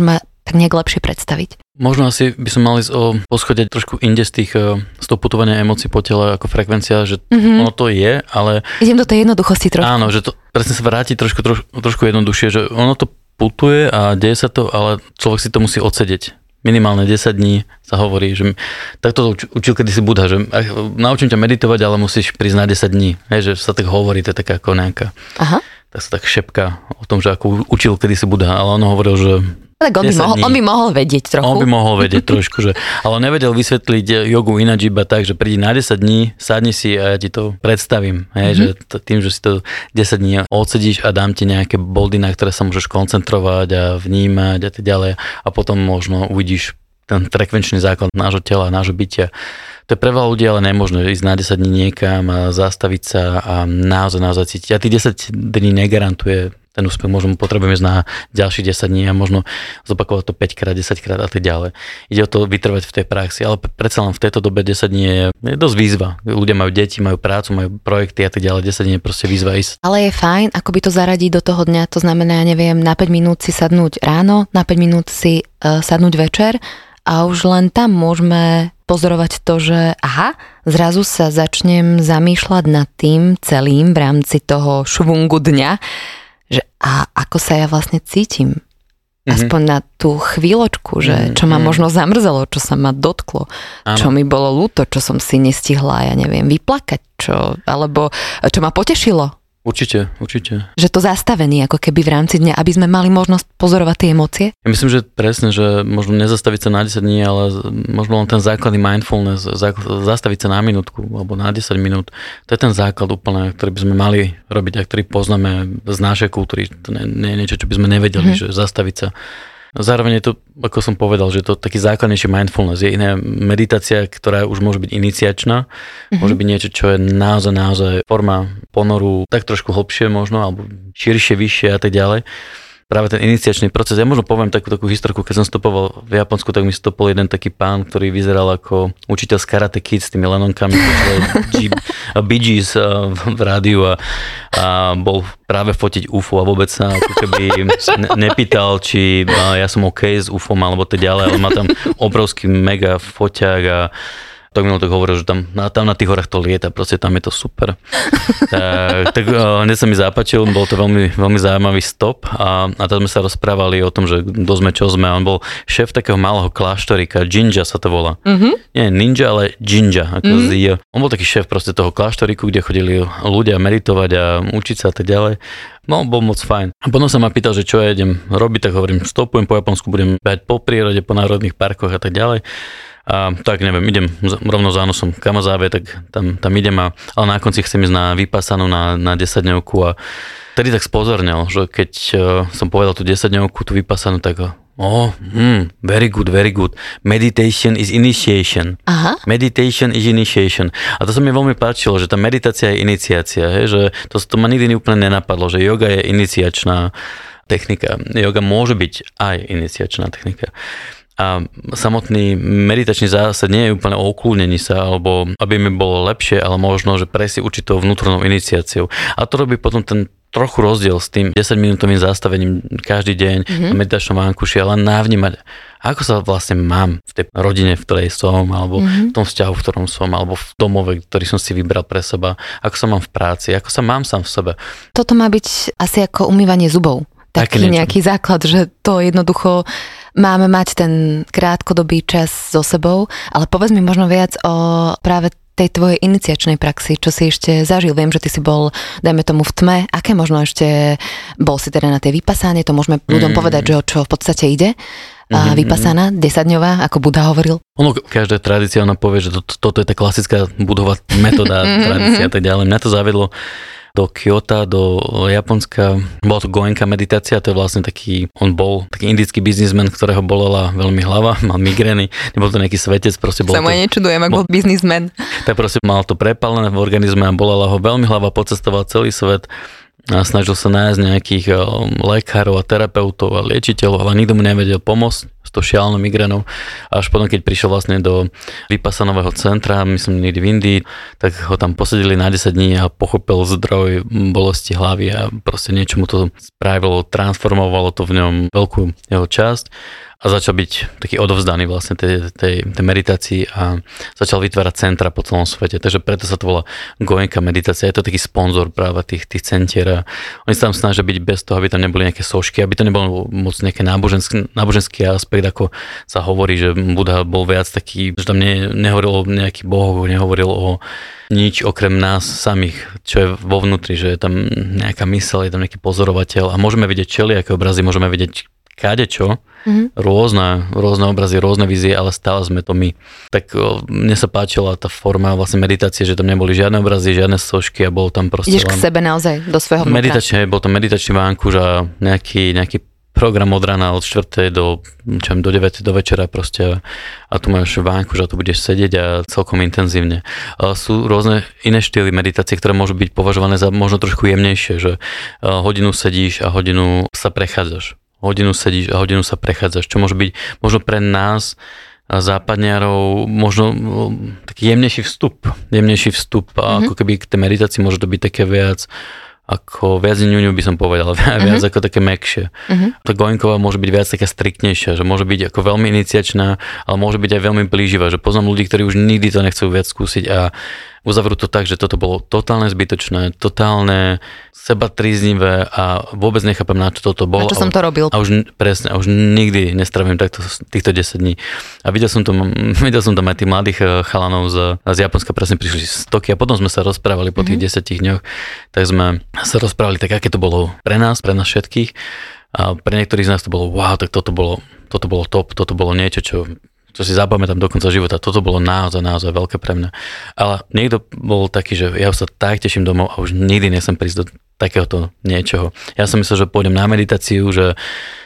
tak nejak lepšie predstaviť? Možno asi by sme mali o poschode trošku inde z tých, z toho putovania emócií po tele ako frekvencia, že mm-hmm. ono to je, ale... Idem do tej jednoduchosti trošku. Áno, že to presne sa vráti trošku, trošku, trošku jednoduchšie, že ono to putuje a deje sa to, ale človek si to musí odsedeť. Minimálne desať dní sa hovorí, že takto to učil kedysi Buddha, že naučím ťa meditovať, ale musíš prísť na desať dní. Hej, že sa tak hovorí, to je taká ako nejaká... Aha. Tak sa tak šepka o tom, že ako učil kedysi Buddha, ale on hovoril, že tak on by, mohol, on by mohol vedieť trochu. On by mohol vedieť trošku, že, ale on nevedel vysvetliť jogu ináč iba tak, že prídi na desať dní, sadni si a ja ti to predstavím. Hej, mm-hmm. že t- tým, že si to desať dní odsedíš a dám ti nejaké body, na ktoré sa môžeš koncentrovať a vnímať a tak ďalej. A potom možno uvidíš ten frekvenčný základ nášho tela, nášho bytia. To je pre veľa ľudí ale nemožné ísť na desať dní niekam a zastaviť sa a naozaj, naozaj cítiť. A tých desať dní negarantuje ten úspech, možno potrebujeme ísť na ďalších desať dní a možno zopakovať to päť krát, desať krát a tak ďalej. Ide o to vytrvať v tej praxi, ale predsa len v tejto dobe desať dní je, je dosť výzva. Ľudia majú deti, majú prácu, majú projekty a tak ďalej, desať dní je proste výzva ísť. Ale je fajn, ako by to zaradiť do toho dňa, to znamená, ja neviem, na päť minút si sadnúť ráno, na päť minút si uh, sadnúť večer a už len tam môžeme pozorovať to, že aha, zrazu sa začnem zamýšľať nad tým celým v rámci toho švungu dňa, že a ako sa ja vlastne cítim. Aspoň mm-hmm. na tú chvíľočku, že čo ma možno zamrzelo, čo sa ma dotklo, áno. Čo mi bolo ľúto, čo som si nestihla, ja neviem, vyplakať, čo, alebo čo ma potešilo. Určite, určite. Že to zastavenie ako keby v rámci dňa, aby sme mali možnosť pozorovať tie emócie? Ja myslím, že presne, že možno nezastaviť sa na desať dní, ale možno len ten základný mindfulness, zastaviť sa na minútku alebo na desať minút. To je ten základ úplne, ktorý by sme mali robiť a ktorý poznáme z našej kultúry. To nie je niečo, čo by sme nevedeli, mm-hmm. že zastaviť sa. Zároveň je to, ako som povedal, že to taký základnejší mindfulness. Je iná meditácia, ktorá už môže byť iniciačná, mm-hmm. môže byť niečo, čo je naozaj, naozaj forma ponoru, tak trošku hlbšie možno, alebo širšie, vyššie a tak ďalej. Práve ten iniciačný proces. Ja možno poviem takú, takú historku, keď som stopoval v Japonsku, tak mi stopol jeden taký pán, ktorý vyzeral ako učiteľ z Karate Kid s tými lenonkami, Bee Gees v rádiu a, a bol práve fotiť ú ef ó a vôbec sa ako keby nepýtal, či ja som OK s ú ef ó alebo to ďalej, ale má tam obrovský mega foťák a tak mi tak hovoril, že tam na, tam na tých horách to lieta, proste tam je to super. tak tak hneď sa mi zapáčil, bol to veľmi, veľmi zaujímavý stop a, a tam sme sa rozprávali o tom, že kto sme, čo sme. On bol šéf takého malého kláštorika, Jinja sa to volá. Mm-hmm. Nie ninja, ale Jinja. Ako mm-hmm. z, on bol taký šéf proste toho kláštoriku, kde chodili ľudia meditovať a učiť sa a tak ďalej. No, bol moc fajn. A potom sa ma pýtal, že čo ja idem robiť, tak hovorím, stopujem po Japonsku, budem behať po prírode, po národných parkoch a tak ďalej. A tak neviem, idem rovno za nosom Kamazáve, tak tam, tam idem, a, ale na konci chcem ísť na vypasanú na, na desaťdňovku a tedy tak spozornil, že keď uh, som povedal tú desaťdňovku, tú vypasanú, tak oh, hmm, very good, very good. Meditation is initiation. Aha. Meditation is initiation. A to sa mi veľmi páčilo, že tá meditácia je iniciácia, hej, že to, to ma nikdy úplne nenapadlo, že yoga je iniciačná technika. Yoga môže byť aj iniciačná technika. A samotný meditačný zásad nie je úplne o uklúnení sa, alebo aby mi bolo lepšie, ale možno, že prejsť určitou vnútornou iniciáciou. A to robí potom ten trochu rozdiel s tým desaťminútovým zastavením každý deň mm-hmm. na meditačnom vánkuši, ale navnímať, ako sa vlastne mám v tej rodine, v ktorej som, alebo mm-hmm. v tom vzťahu, v ktorom som, alebo v domove, ktorý som si vybral pre seba, ako sa mám v práci, ako sa mám sám v sebe. Toto má byť asi ako umývanie zubov. Taký nejaký základ, že to jednoducho máme mať ten krátkodobý čas so sebou, ale povedz mi možno viac o práve tej tvojej iniciačnej praxi, čo si ešte zažil. Viem, že ty si bol, dajme tomu, v tme. Aké možno ešte bol si teda na tej vypasáne? To môžeme ľuďom mm. povedať, že o čo v podstate ide. Mm-hmm. Vypasána, desaťdňová, ako Buddha hovoril. Ono, každá tradícia, ona povie, že to, toto je tá klasická Buddhova metóda, tradícia a tak ďalej. Mňa to zavedlo do Kyoto, do Japonska. Bola to Goenka meditácia, to je vlastne taký, on bol taký indický biznismen, ktorého bolela veľmi hlava, mal migrény, nebol to nejaký svetec, proste bol Sa to... Sa mu nečudujem, ak bol biznismen. Tak proste mal to prepálené v organizme a bolela ho veľmi hlava, pocestoval celý svet a snažil sa nájsť nejakých lekárov a terapeutov a liečiteľov, ale nikto mu nevedel pomôcť s tou šialenou migrénou. Až potom, keď prišiel vlastne do vypasanového centra, myslím niekde v Indii, tak ho tam posadili na desať dní a pochopil zdroj bolesti hlavy a proste niečo mu to spravilo, transformovalo to v ňom veľkú jeho časť. a začal byť taký odovzdaný vlastne tej, tej, tej meditácii a začal vytvárať centra po celom svete. Takže preto sa to volá Goenka meditácia. Je to taký sponzor práve tých, tých centier a oni sa tam snažia byť bez toho, aby tam neboli nejaké sošky, aby to nebol moc nejaký náboženský, náboženský aspekt, ako sa hovorí, že Buddha bol viac taký, že tam ne, nehovoril o nejakých bohoch, nehovoril o nič okrem nás samých, čo je vo vnútri, že je tam nejaká myseľ, je tam nejaký pozorovateľ a môžeme vidieť všelijaké obrazy, môžeme vidieť kadečo, mm-hmm. rôzne, rôzne obrazy, rôzne vízie, ale stále sme to my. Tak o, mne sa páčila tá forma vlastne meditácie, že tam neboli žiadne obrazy, žiadne sošky a bol tam proste... Ideš k sebe naozaj, do svojho vnútra. Meditačne, bol tam meditačný vánkuš a nejaký, nejaký program od rána od štvrtej do, čo do deviatej do večera proste a tu máš vánkuš a tu budeš sedieť a celkom intenzívne. A sú rôzne iné štýly meditácie, ktoré môžu byť považované za možno trošku jemnejšie, že hodinu sedíš a hodinu sa prechádzaš. Hodinu sedíš a hodinu sa prechádzaš, čo môže byť možno pre nás západňarov možno taký jemnejší vstup. Jemnejší vstup a mm-hmm. ako keby k tej meditácii môže to byť také viac ako viac ňuňu by som povedal, viac uh-huh. ako také mäkšie. Uh-huh. Tá Goenková môže byť viac taká striktnejšia, že môže byť ako veľmi iniciačná, ale môže byť aj veľmi blíživá, že poznám ľudí, ktorí už nikdy to nechcú viac skúsiť a uzavrú to tak, že toto bolo totálne zbytočné, totálne sebatríznivé a vôbec nechápem, na čo toto bolo. Na čo som to robil. A už presne, a už nikdy nestravím takto týchto desať dní. A videl som, to, videl som tam aj tých mladých chalanov z, z Japonska, presne prišli z Tokia a potom sme sa rozprávali po tých mm-hmm. desiatich dňoch, tak sme sa rozprávali tak, aké to bolo pre nás, pre nás všetkých. A pre niektorých z nás to bolo wow, tak toto bolo, toto bolo top, toto bolo niečo, čo čo si zapamätám do konca života. Toto bolo naozaj, naozaj veľké pre mňa. Ale niekto bol taký, že ja sa tak teším domov a už nikdy nechcem prísť do takéhoto niečoho. Ja som myslel, že pôjdem na meditáciu, že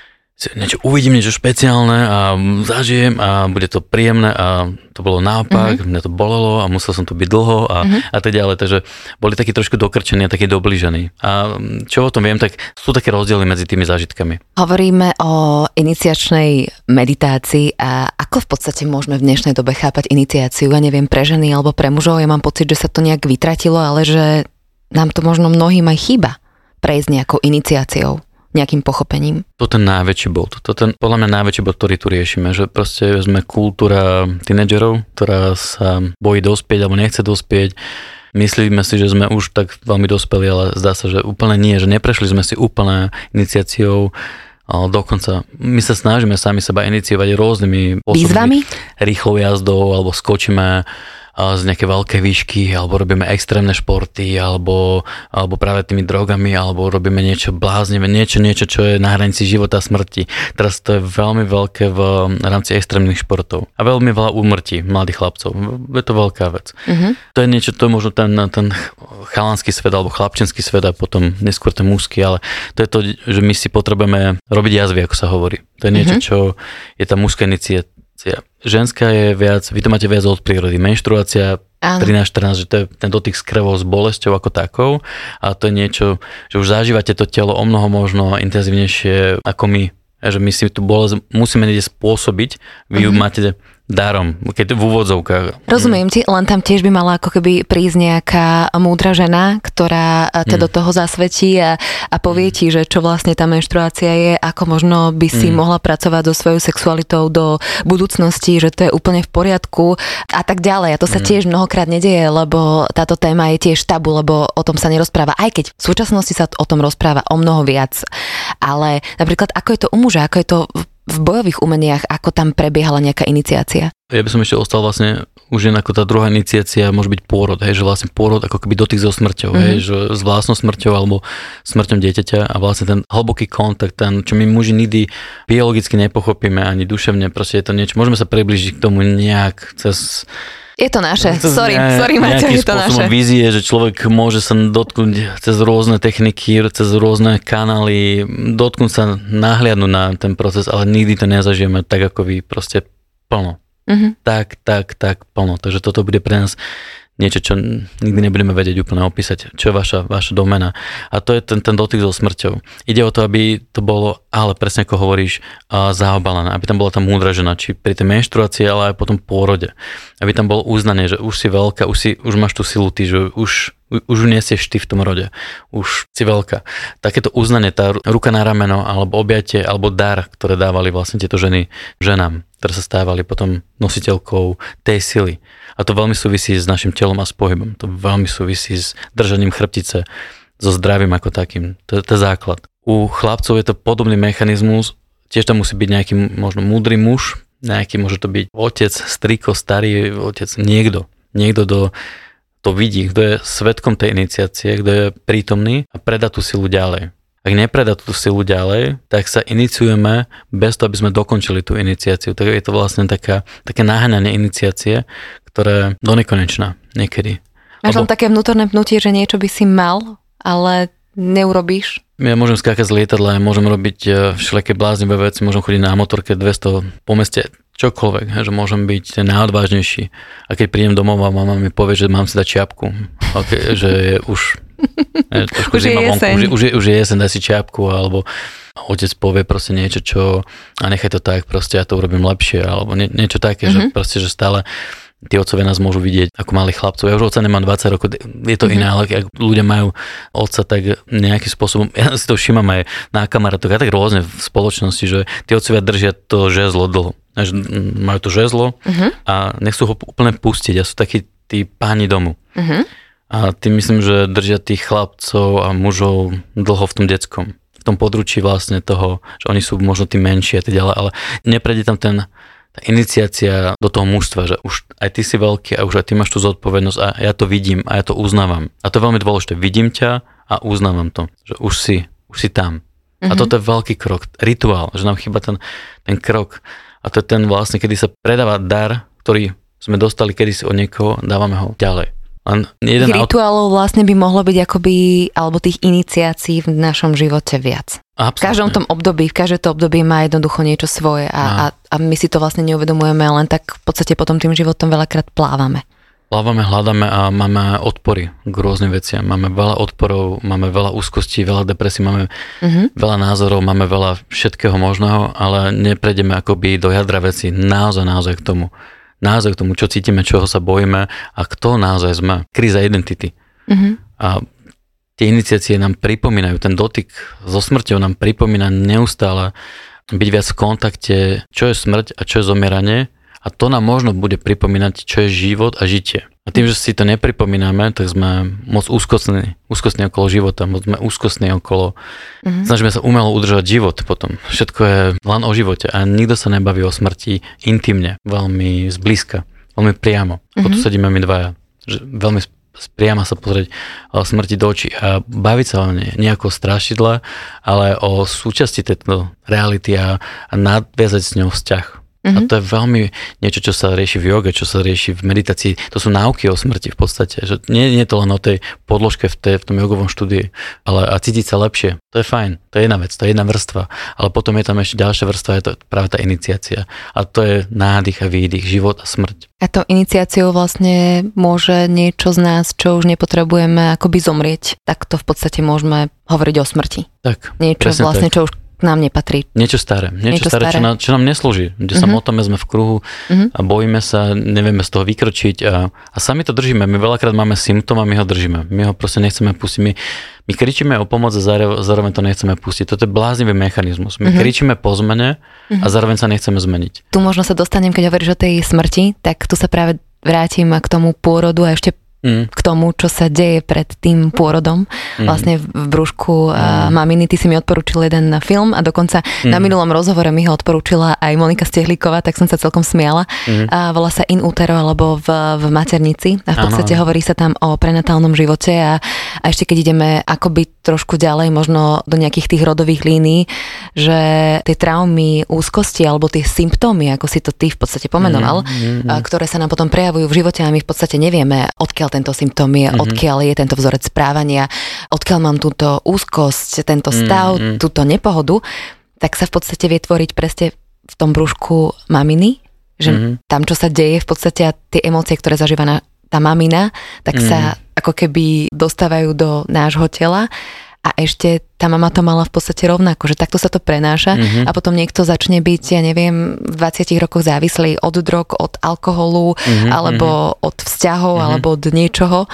niečo uvidím, niečo špeciálne a zažijem a bude to príjemné a to bolo naopak, mm-hmm. mňa to bolelo a musel som tu byť dlho a, mm-hmm. a tak ďalej. Takže boli takí trošku dokrčení a takí doblížení. A čo o tom viem, tak sú také rozdiely medzi tými zážitkami. Hovoríme o iniciačnej meditácii a ako v podstate môžeme v dnešnej dobe chápať iniciáciu? Ja neviem, pre ženy alebo pre mužov, ja mám pocit, že sa to nejak vytratilo, ale že nám to možno mnohým aj chýba prejsť nejakou iniciáciou, nejakým pochopením. To ten najväčší bod. To ten, podľa mňa najväčší bod, ktorý tu riešime, že proste sme kultúra tínedžerov, ktorá sa bojí dospieť alebo nechce dospieť. Myslíme si, že sme už tak veľmi dospeli, ale zdá sa, že úplne nie, že neprešli sme si úplne iniciáciou. Ale dokonca my sa snažíme sami seba iniciovať rôznymi výzvami, rýchlou jazdou alebo skočíme z nejaké veľké výšky, alebo robíme extrémne športy, alebo, alebo práve tými drogami, alebo robíme niečo bláznivé, niečo, niečo, čo je na hranici života a smrti. Teraz to je veľmi veľké v rámci extrémnych športov. A veľmi veľa úmrtí mladých chlapcov. Je to veľká vec. Uh-huh. To je niečo, to je možno ten, ten chalanský svet, alebo chlapčenský svet a potom neskôr ten mužský, ale to je to, že my si potrebujeme robiť jazvy, ako sa hovorí. To je niečo, uh-huh. čo je tá mužská iniciácia. Ženská je viac, vy to máte viac od prírody. Menštruácia trinásť štrnásť, že to je ten dotyk s krvou, s bolesťou ako takou a to je niečo, že už zažívate to telo o mnoho možno intenzívnejšie ako my. Že my si tú bolesť musíme niekde spôsobiť, vy ju uh-huh. máte darom, keď v úvodzovkách. Rozumiem ti, len tam tiež by mala ako keby prísť nejaká múdra žena, ktorá ťa mm. do toho zasvetí a, a povie ti, že čo vlastne tá menštruácia je, ako možno by si mm. mohla pracovať so svojou sexualitou do budúcnosti, že to je úplne v poriadku a tak ďalej. A to sa mm. tiež mnohokrát nedieje, lebo táto téma je tiež tabu, lebo o tom sa nerozpráva, aj keď v súčasnosti sa o tom rozpráva o mnoho viac. Ale napríklad, ako je to u muža, ako je to v bojových umeniach, ako tam prebiehala nejaká iniciácia? Ja by som ešte ostal vlastne už jen ako tá druhá iniciácia môže byť pôrod, hej, že vlastne pôrod ako keby dotyk so smrťou, mm-hmm. hej, že s vlastnou smrťou alebo smrťou dieťaťa a vlastne ten hlboký kontakt, ten, čo my muži nikdy biologicky nepochopíme ani duševne, proste je to niečo, môžeme sa priblížiť k tomu nejak cez Je to naše, sorry, ne, sorry Maťo, je to naše. Vízie, že človek môže sa dotknúť cez rôzne techniky, cez rôzne kanály, dotknúť sa, nahliadnúť na ten proces, ale nikdy to nezažijeme tak, ako vy, proste plno. Mm-hmm. Tak, tak, tak, plno. Takže toto bude pre nás niečo, čo nikdy nebudeme vedieť úplne opísať, čo je vaša, vaša domena. A to je ten, ten dotyk so smrťou. Ide o to, aby to bolo, ale presne ako hovoríš, uh, zaobalené, aby tam bola tá múdra žena, či pri tej menštruácii, ale aj po tom pôrode. Aby tam bolo uznanie, že už si veľká, už, si, už máš tú silu, ty, že už Už ju nesieš ty v tom rode. Už si veľká. Takéto uznanie, tá ruka na rameno, alebo objatie, alebo dar, ktoré dávali vlastne tieto ženy ženám, ktoré sa stávali potom nositeľkou tej sily. A to veľmi súvisí s našim telom a s pohybom. To veľmi súvisí s držaním chrbtice, so zdravím ako takým. To, to je základ. U chlapcov je to podobný mechanizmus. Tiež tam musí byť nejaký možno múdry muž, nejaký môže to byť otec, striko, starý otec, niekto. Niekto do to vidí, kto je svedkom tej iniciácie, kto je prítomný a predá tú silu ďalej. Ak nepredá tú silu ďalej, tak sa iniciujeme bez toho, aby sme dokončili tú iniciáciu. Tak je to vlastne taká, také naháňanie iniciácie, ktoré do nekonečná niekedy. Máš len také vnútorné pnutie, že niečo by si mal, ale neurobíš? Ja môžem skákať z lietadla, môžem robiť všelijaké bláznivé veci, môžem chodiť na motorke dvesto po meste, čokoľvek, že môžem byť ten najodvážnejší. A keď prídem domov a mama mi povie, že mám si dať čiapku, okay, že je už, je, už, je vonku, už, už, je, už je jeseň, daj si čiapku, alebo otec povie proste niečo, čo a nechaj to tak, proste ja to urobím lepšie, alebo nie, niečo také, mm-hmm. že proste, že stále tí otcovia nás môžu vidieť ako malých chlapcov. Ja už otca nemám dvadsať rokov, je to mm-hmm. iné, ale ak ľudia majú otca, tak nejakým spôsobom, ja si to všímam aj na kamarátoch, a tak rôzne v spoločnosti, že tí otcovia držia to žezlo dlho. Majú to žezlo mm-hmm. a nechcú ho úplne pustiť a sú takí tí páni domu. Mm-hmm. A tým myslím, že držia tých chlapcov a mužov dlho v tom detskom. V tom područí vlastne toho, že oni sú možno tí menší a tak ďalej, ale neprejde tam ten tá iniciácia do toho mužstva, že už aj ty si veľký a už aj ty máš tú zodpovednosť a ja to vidím a ja to uznávam. A to je veľmi dôležité. Vidím ťa a uznávam to, že už si, už si tam. Mm-hmm. A toto je veľký krok, rituál, že nám chýba ten, ten krok. A to je ten vlastne, kedy sa predáva dar, ktorý sme dostali kedysi od niekoho, dávame ho ďalej. Tých rituálov vlastne by mohlo byť akoby, alebo tých iniciácií v našom živote viac. Absolutne. V každom tom období, v každé to období má jednoducho niečo svoje a, a, a my si to vlastne neuvedomujeme, len tak v podstate potom tým životom veľakrát plávame. Plávame, hľadáme a máme odpory k rôznym veciam. Máme veľa odporov, máme veľa úzkostí, veľa depresí, máme uh-huh. veľa názorov, máme veľa všetkého možného, ale neprejdeme akoby do jadra veci naozaj, naozaj k tomu. Naozaj k tomu, čo cítime, čoho sa bojíme a kto naozaj sme. Kríza identity. Uh-huh. A tie iniciácie nám pripomínajú, ten dotyk so smrťou nám pripomína neustále byť viac v kontakte, čo je smrť a čo je zomieranie. A to nám možno bude pripomínať, čo je život a žitie. A tým, že si to nepripomíname, tak sme moc úzkostní, úzkostní okolo života, moc sme úzkostní okolo... Mm-hmm. Snažíme sa umelo udržať život potom. Všetko je len o živote a nikto sa nebaví o smrti intimne, veľmi zblízka, veľmi priamo. Mm-hmm. Potom sedíme my dvaja, že veľmi priamo sa pozrieť o smrti do očí a baviť sa o nej, nie ako strašidle, ale o súčasti tejto reality a, a nadviazať s ňou vzťah. Mm-hmm. A to je veľmi niečo, čo sa rieši v joge, čo sa rieši v meditácii. To sú náuky o smrti v podstate. Že nie, nie je to len o tej podložke v, tej, v tom jogovom štúdii, ale a cítiť sa lepšie. To je fajn, to je jedna vec, to je jedna vrstva. Ale potom je tam ešte ďalšia vrstva, je to práve tá iniciácia. A to je nádych a výdych, život a smrť. A tou iniciáciou vlastne môže niečo z nás, čo už nepotrebujeme akoby zomrieť. Tak to v podstate môžeme hovoriť o smrti. Tak, niečo vlastne, tak. Čo už k nám nepatrí. Niečo staré, niečo, niečo staré, staré. Čo, nám, čo nám neslúži, kde uh-huh. sa motame, sme v kruhu uh-huh. a bojíme sa, nevieme z toho vykročiť a, a sami to držíme. My veľakrát máme symptóm a my ho držíme. My ho proste nechceme pustiť. My, my kričíme o pomoc a zároveň to nechceme pustiť. Toto je bláznivý mechanizmus. My uh-huh. kričíme po zmene a zároveň sa nechceme zmeniť. Tu možno sa dostanem, keď hovoríš o tej smrti, tak tu sa práve vrátim k tomu pôrodu a ešte Mm. k tomu, čo sa deje pred tým pôrodom, mm. vlastne v brúšku mm. maminy. Ty si mi odporúčil jeden film a dokonca mm. na minulom rozhovore mi ho odporúčila aj Monika Stehlíková, tak som sa celkom smiala. Mm. A volá sa In Utero, alebo v, v maternici a v podstate ano. Hovorí sa tam o prenatálnom živote a, a ešte keď ideme akoby trošku ďalej, možno do nejakých tých rodových línií, že tie traumy, úzkosti alebo tie symptómy, ako si to ty v podstate pomenoval, mm. a, ktoré sa nám potom prejavujú v živote a my v podstate nevieme, odkiaľ tento symptóm je, mm-hmm. odkiaľ je tento vzorec správania, odkiaľ mám túto úzkosť, tento stav, mm-hmm. túto nepohodu, tak sa v podstate vie tvoriť presne v tom brúšku maminy, že mm-hmm. tam, čo sa deje v podstate a tie emócie, ktoré zažíva na, tá mamina, tak mm-hmm. sa ako keby dostávajú do nášho tela a ešte tá mama to mala v podstate rovnako, že takto sa to prenáša mm-hmm. a potom niekto začne byť, ja neviem, v dvadsiatich rokoch závislý od drog, od alkoholu, mm-hmm. alebo od vzťahov, mm-hmm. alebo od niečoho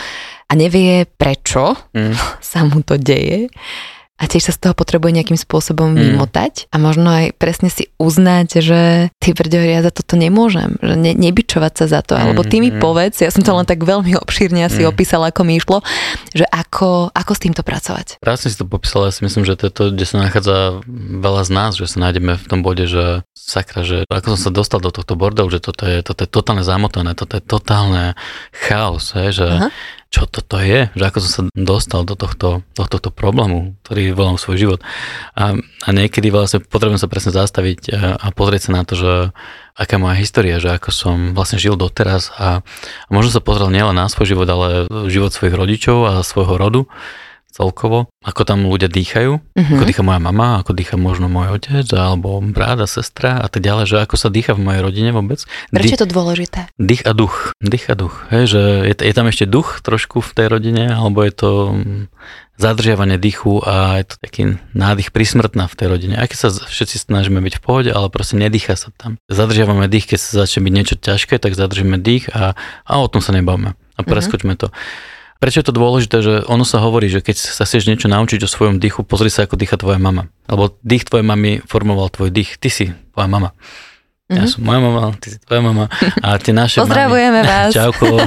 a nevie prečo mm. sa mu to deje. A tiež sa z toho potrebuje nejakým spôsobom mm. vymotať a možno aj presne si uznať, že ty brďo, ja za toto nemôžem, že ne, nebičovať sa za to, mm. alebo ty mi povedz, ja som to len tak veľmi obšírne asi mm. opísala, ako mi išlo, že ako, ako s týmto pracovať. Krásne si to popísala, ja si myslím, že to je to, kde sa nachádza veľa z nás, že sa nájdeme v tom bode, že sakra, že ako som sa dostal do tohto bordelu, že toto je, toto je totálne zamotané, toto je totálne chaos, hej, že Aha. čo toto je, že ako som sa dostal do tohto, do tohto problému, ktorý volám svoj život. A, a niekedy vlastne potrebujem sa presne zastaviť a, a pozrieť sa na to, že aká je moja história, že ako som vlastne žil doteraz a, a možno sa pozrel nielen na svoj život, ale život svojich rodičov a svojho rodu celkovo, ako tam ľudia dýchajú, uh-huh. ako dýcha moja mama, ako dýcha možno môj otec, alebo brat a sestra a tak ďalej, že ako sa dýcha v mojej rodine vôbec. Prečo je to dôležité? Dých a duch, dých a duch, hej, že je, je tam ešte duch trošku v tej rodine, alebo je to zadržiavanie dýchu a je to taký nádych prísmrtná v tej rodine. Aj keď sa všetci snažíme byť v pohode, ale proste nedýcha sa tam. Zadržiavame dých, keď sa začne byť niečo ťažké, tak zadržíme dých a, a o tom sa nebavíme. A preskočme uh-huh. to. Prečo je to dôležité, že ono sa hovorí, že keď sa chceš niečo naučiť o svojom dýchu, pozri sa, ako dýcha tvoja mama. Alebo dých tvojej mamy formoval tvoj dých. Ty si tvoja mama. Mm-hmm. Ja som moja mama, ty si tvoja mama. A tie naše Pozdravujeme mami. vás. Čauko.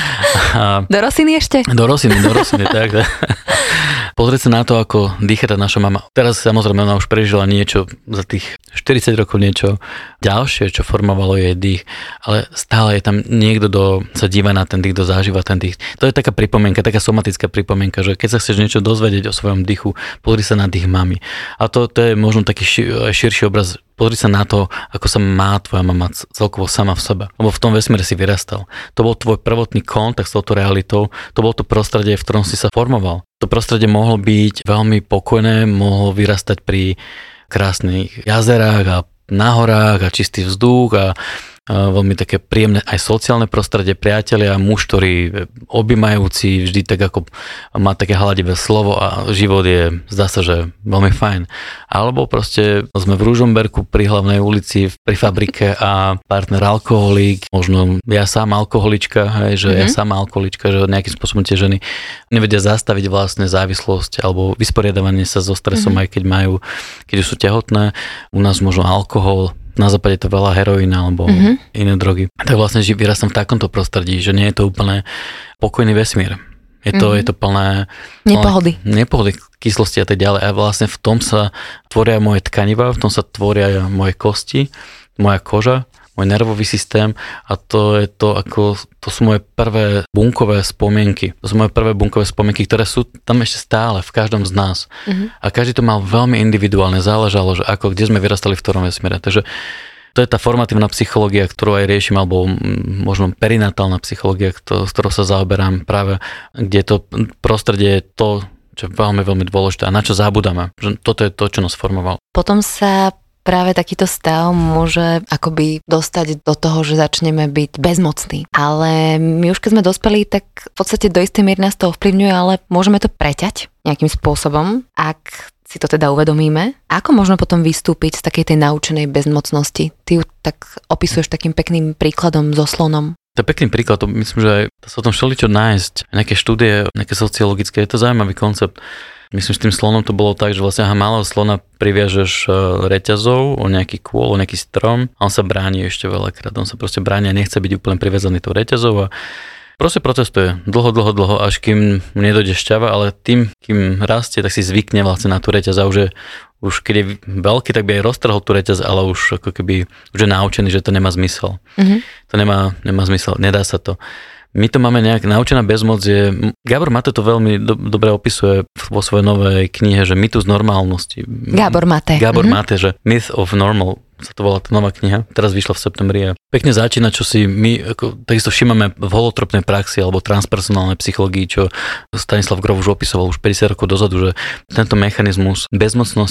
A do Rosiny ešte? Do Rosiny, do Rosiny, tak. Pozrieť sa na to, ako dýcha tá naša mama. Teraz samozrejme ona už prežila niečo za tých štyridsať rokov niečo ďalšie, čo formovalo jej dých, ale stále je tam niekto, kto sa díva na ten dých, kto zažíva ten dých. To je taká pripomienka, taká somatická pripomienka, že keď sa chceš niečo dozvedieť o svojom dýchu, pozri sa na dých mami. A to, to je možno taký ši- širší obraz. Pozri sa na to, ako sa má tvoja mama celkovo sama v sebe. Lebo v tom vesmíre si vyrastal. To bol tvoj prvotný kontakt s touto realitou, to bolo to prostredie, v ktorom si sa formoval. To prostredie mohlo byť veľmi pokojné, mohlo vyrastať pri krásnych jazerách a na horách a čistý vzduch a a veľmi také príjemné aj sociálne prostredie, priatelia, muž, ktorý objímajúci, vždy tak ako má také hladivé slovo a život je, zdá sa, že veľmi fajn. Alebo proste sme v Ružomberku pri hlavnej ulici, pri fabrike a partner alkoholík, možno ja sám alkoholička, hej, že mm-hmm. ja sám alkoholička, že nejakým spôsobom tie ženy nevedia zastaviť vlastne závislosť alebo vysporiadavanie sa so stresom, mm-hmm. aj keď majú, keď sú tehotné. U nás možno alkohol, na západe to veľa heroína alebo mm-hmm. iné drogy. Tak vlastne vyrastám v takomto prostredí, že nie je to úplne pokojný vesmír. Je to, mm-hmm. je to plné nepohody. Nepohody, kyslosti a tak ďalej. A vlastne v tom sa tvoria moje tkaniva, v tom sa tvoria moje kosti, moja koža, môj nervový systém a to je to, ako, to sú moje prvé bunkové spomienky. To sú moje prvé bunkové spomienky, ktoré sú tam ešte stále v každom z nás. Mm-hmm. A každý to mal veľmi individuálne, záležalo, že ako, kde sme vyrastali v ktorom vesmíre. Takže to je tá formatívna psychológia, ktorú aj riešim, alebo možno perinatálna psychológia, s ktorou sa zaoberám práve, kde to prostredie je to, čo je veľmi, veľmi dôležité a na čo zabúdame. Že toto je to, čo nás formovalo. Potom sa práve takýto stav môže akoby dostať do toho, že začneme byť bezmocní. Ale my už keď sme dospeli, tak v podstate do istej miery nás to ovplyvňuje, ale môžeme to preťať nejakým spôsobom, ak si to teda uvedomíme. Ako možno potom vystúpiť z takej tej naučenej bezmocnosti? Ty ju tak opisuješ takým pekným príkladom so slonom. To je pekný príklad, to myslím, že aj sa o tom všeličo nájsť. Nejaké štúdie, nejaké sociologické, je to zaujímavý koncept. Myslím, že tým slonom to bolo tak, že vlastne aha, malého slona priviažeš reťazou o nejaký kôl, o nejaký strom a on sa bráni ešte veľakrát. On sa proste bráni a nechce byť úplne priviazaný tou reťazou a proste protestuje dlho, dlho, dlho, až kým nedojde šťava, ale tým, kým rastie, tak si zvykne vlastne na tú reťaz a už, je, už keď je veľký, tak by aj roztrhol tú reťaz, ale už ako keby už je naučený, že to nemá zmysel. Mm-hmm. To nemá, nemá zmysel, nedá sa to. My to máme nejak, naučená bezmoc je, Gábor Mate to veľmi do, dobre opisuje vo svojej novej knihe, že mýtus normálnosti. Gábor Mate. Gábor mm-hmm. Mate, že Myth of Normal, sa to volá tá nová kniha, teraz vyšla v septembri a pekne začína, čo si my ako, takisto všímame v holotropnej praxi alebo transpersonálnej psychológii, čo Stanislav Grof už opisoval už päťdesiat rokov dozadu, že tento mechanizmus bezmocnosti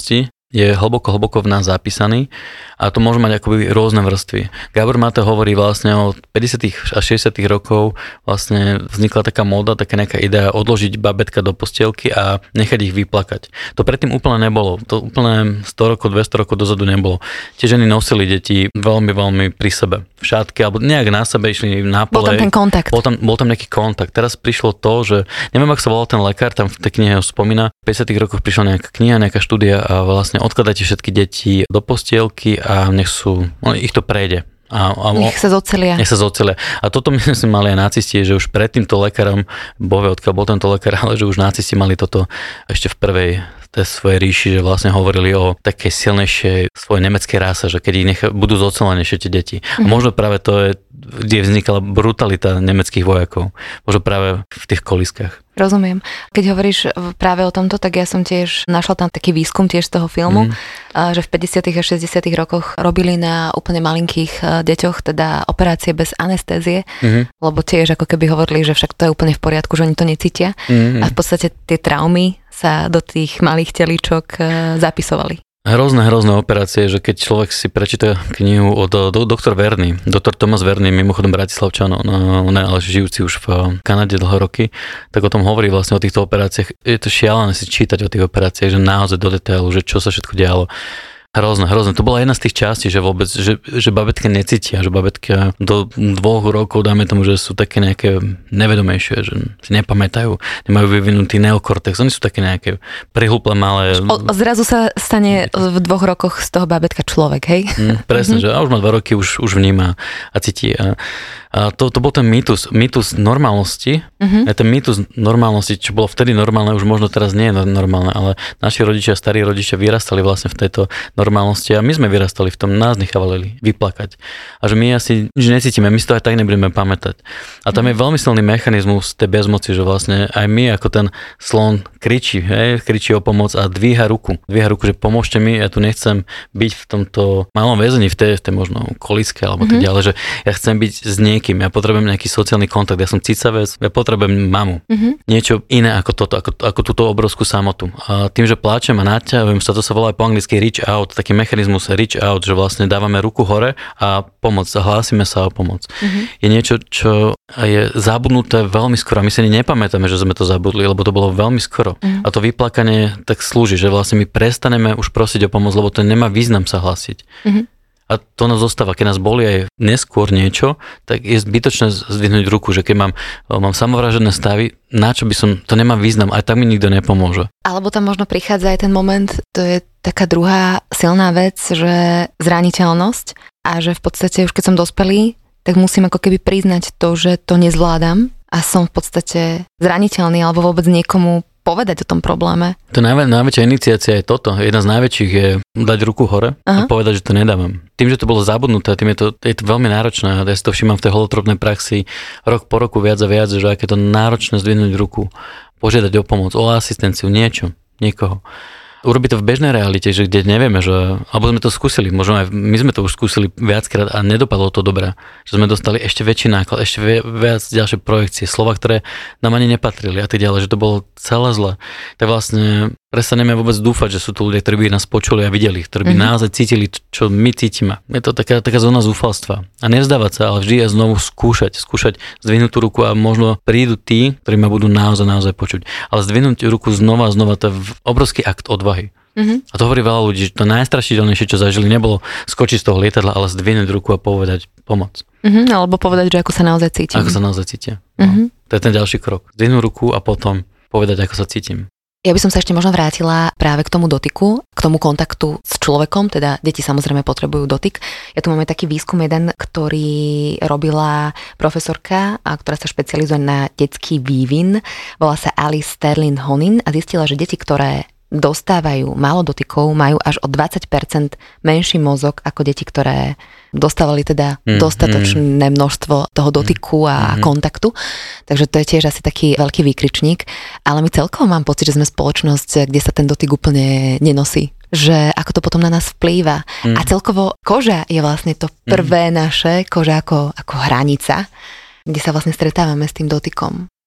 je hlboko, hlboko v nás zapísaný a to môže mať akoby rôzne vrstvy. Gábor Mate hovorí vlastne od päťdesiatych až šesťdesiatych rokov vlastne vznikla taká móda, taká nejaká idea odložiť babetka do postielky a nechať ich vyplakať. To predtým úplne nebolo. To úplne sto rokov, dvesto rokov dozadu nebolo. Tie ženy nosili deti veľmi, veľmi pri sebe. V šátke, alebo nejak na sebe išli na pole. Bol tam ten kontakt. Bol tam, bol tam nejaký kontakt. Teraz prišlo to, že neviem, ako sa volal ten lekár, tam v tej knihe ho spomína. V päťdesiatych rokoch prišla nejaká kniha, nejaká štúdia a vlastne odkladáte všetky deti do postielky a nech sú, no, ich to prejde. A, a, nech sa zocelia. Nech sa zocelia. A toto my sme mali aj nacisti, že už pred týmto lekárom, bohvie odkiaľ bol tento lekár, ale že už nacisti mali toto ešte v prvej tej svojej ríši, že vlastne hovorili o takej silnejšej svojej nemeckej ráse, že keď ich nechá, budú zocelenejšie tie deti. Mm-hmm. A možno práve to je, kde vznikala brutalita nemeckých vojakov. Možno práve v tých koliskách. Rozumiem. Keď hovoríš práve o tomto, tak ja som tiež našla tam taký výskum tiež z toho filmu, mm. že v päťdesiatych a šesťdesiatych rokoch robili na úplne malinkých deťoch teda operácie bez anestézie, mm. lebo tiež ako keby hovorili, že však to je úplne v poriadku, že oni to necítia. Mm. A v podstate tie traumy sa do tých malých telíčok zapisovali. Hrozné, hrozné operácie, že keď človek si prečíta knihu od do, do, doktor Verny, doktor Thomas Verny, mimochodom Bratislavčan, on, on ale žijúci už v Kanade dlho roky, tak o tom hovorí vlastne o týchto operáciách. Je to šialené si čítať o tých operáciách, že naozaj do detailu, že čo sa všetko dialo. Hrozné, hrozné. To bola jedna z tých častí, že vôbec, že, že babetka necítia, že babetka do dvoch rokov, dáme tomu, že sú také nejaké nevedomejšie, že si nepamätajú, nemajú vyvinutý neokortex, oni sú také nejaké prihluplé malé. O, zrazu sa stane v dvoch rokoch z toho babetka človek, hej? Mm, presne, mm-hmm. že a už má dva roky, už, už vníma a cíti. A, a to, to bol ten mýtus, mýtus normálnosti, mm-hmm. a ten mýtus normálnosti, čo bolo vtedy normálne, už možno teraz nie je normálne, ale naši rodičia, starí rodičia vyrastali vlastne v tejto normálnosti a my sme vyrastali v tom, nás nechávali vyplakať. A že my asi nič necítime, my si to aj tak nebudeme pamätať. A tam je veľmi silný mechanizmus tej bezmoci, že vlastne aj my ako ten slon kričí, hej, kričí o pomoc a dvíha ruku. Dvíha ruku, že pomôžte mi, ja tu nechcem byť v tomto malom väzení, v tej, v tej možno kolíske alebo mm-hmm. tak ďalej, že ja chcem byť s niekým, ja potrebujem nejaký sociálny kontakt, ja som cicavec, ja potrebujem mamu. Mm-hmm. Niečo iné ako toto, ako, ako túto obrovskú samotu. A tým, že pláčem a naťahujem sa, to sa volá po anglicky reach out, taký mechanizmus reach out, že vlastne dávame ruku hore a pomoc, hlásime sa o pomoc. Mm-hmm. Je niečo, čo je zabudnuté veľmi skoro. My si ani nepamätáme, že sme to zabudli, lebo to bolo veľmi skoro. Mm-hmm. A to vyplakanie tak slúži, že vlastne my prestaneme už prosiť o pomoc, lebo to nemá význam sa hlásiť. Mm-hmm. A to nás zostáva, keď nás boli aj neskôr niečo, tak je zbytočné zdvihnúť ruku, že keď mám, mám samovražedné stavy, na čo by som, to nemá význam, aj tak mi nikto nepomôže. Alebo tam možno prichádza aj ten moment, to je taká druhá silná vec, že zraniteľnosť a že v podstate už keď som dospelý, tak musím ako keby priznať to, že to nezvládam a som v podstate zraniteľný alebo vôbec niekomu povedať o tom probléme. To najvä, najväčšia iniciácia je toto. Jedna z najväčších je dať ruku hore Aha. a povedať, že to nedávam. Tým, že to bolo zabudnuté, tým je to, je to veľmi náročné. Ja si to všímam v tej holotropnej praxi rok po roku viac a viac, že aké to náročné zdvihnúť ruku, požiadať o pomoc, o asistenciu, niečo, niekoho. Urobiť to v bežnej realite, že kde nevieme, že, alebo sme to skúsili, možno aj my sme to už skúsili viackrát a nedopadlo to dobré, že sme dostali ešte väčší náklad, ešte viac ďalšie projekcie, slova, ktoré nám ani nepatrili a tak ďalej, že to bolo celé zle. Tak vlastne prestaneme vôbec dúfať, že sú tu ľudia, ktorí by nás počuli a videli, ktorí by mm-hmm. naozaj cítili, čo my cítime. Je to taká, taká zóna zúfalstva. A nevzdávať sa, ale vždy je znovu skúšať, skúšať zdvihnúť tú ruku a možno prídu tí, ktorí ma budú naozaj, naozaj počuť. Ale zdvihnúť ruku znova a znova, to je obrovský akt odvahy. Mm-hmm. A to hovorí veľa ľudí, že to najstrašidelnejšie, čo zažili, nebolo skočiť z toho lietadla, ale zdvihnúť ruku a povedať pomoc. Mm-hmm, alebo povedať, že ako sa naozaj cítim. Ako sa naozaj cítia. Mm-hmm. No. To je ten ďalší krok. Zdvihnúť ruku a potom povedať, ako sa cítim. Ja by som sa ešte možno vrátila práve k tomu dotyku, k tomu kontaktu s človekom, teda deti samozrejme potrebujú dotyk. Ja tu máme taký výskum jeden, ktorý robila profesorka, a ktorá sa špecializuje na detský vývin. Volá sa Alice Sterling Honin a zistila, že deti, ktoré dostávajú málo dotykov, majú až o dvadsať percent menší mozog ako deti, ktoré dostávali teda mm, dostatočné mm. množstvo toho dotyku a mm. kontaktu. Takže to je tiež asi taký veľký výkričník. Ale my celkovo mám pocit, že sme spoločnosť, kde sa ten dotyk úplne nenosí. Že ako to potom na nás vplýva. Mm. A celkovo koža je vlastne to prvé mm. naše, koža ako, ako hranica, kde sa vlastne stretávame s tým dotykom.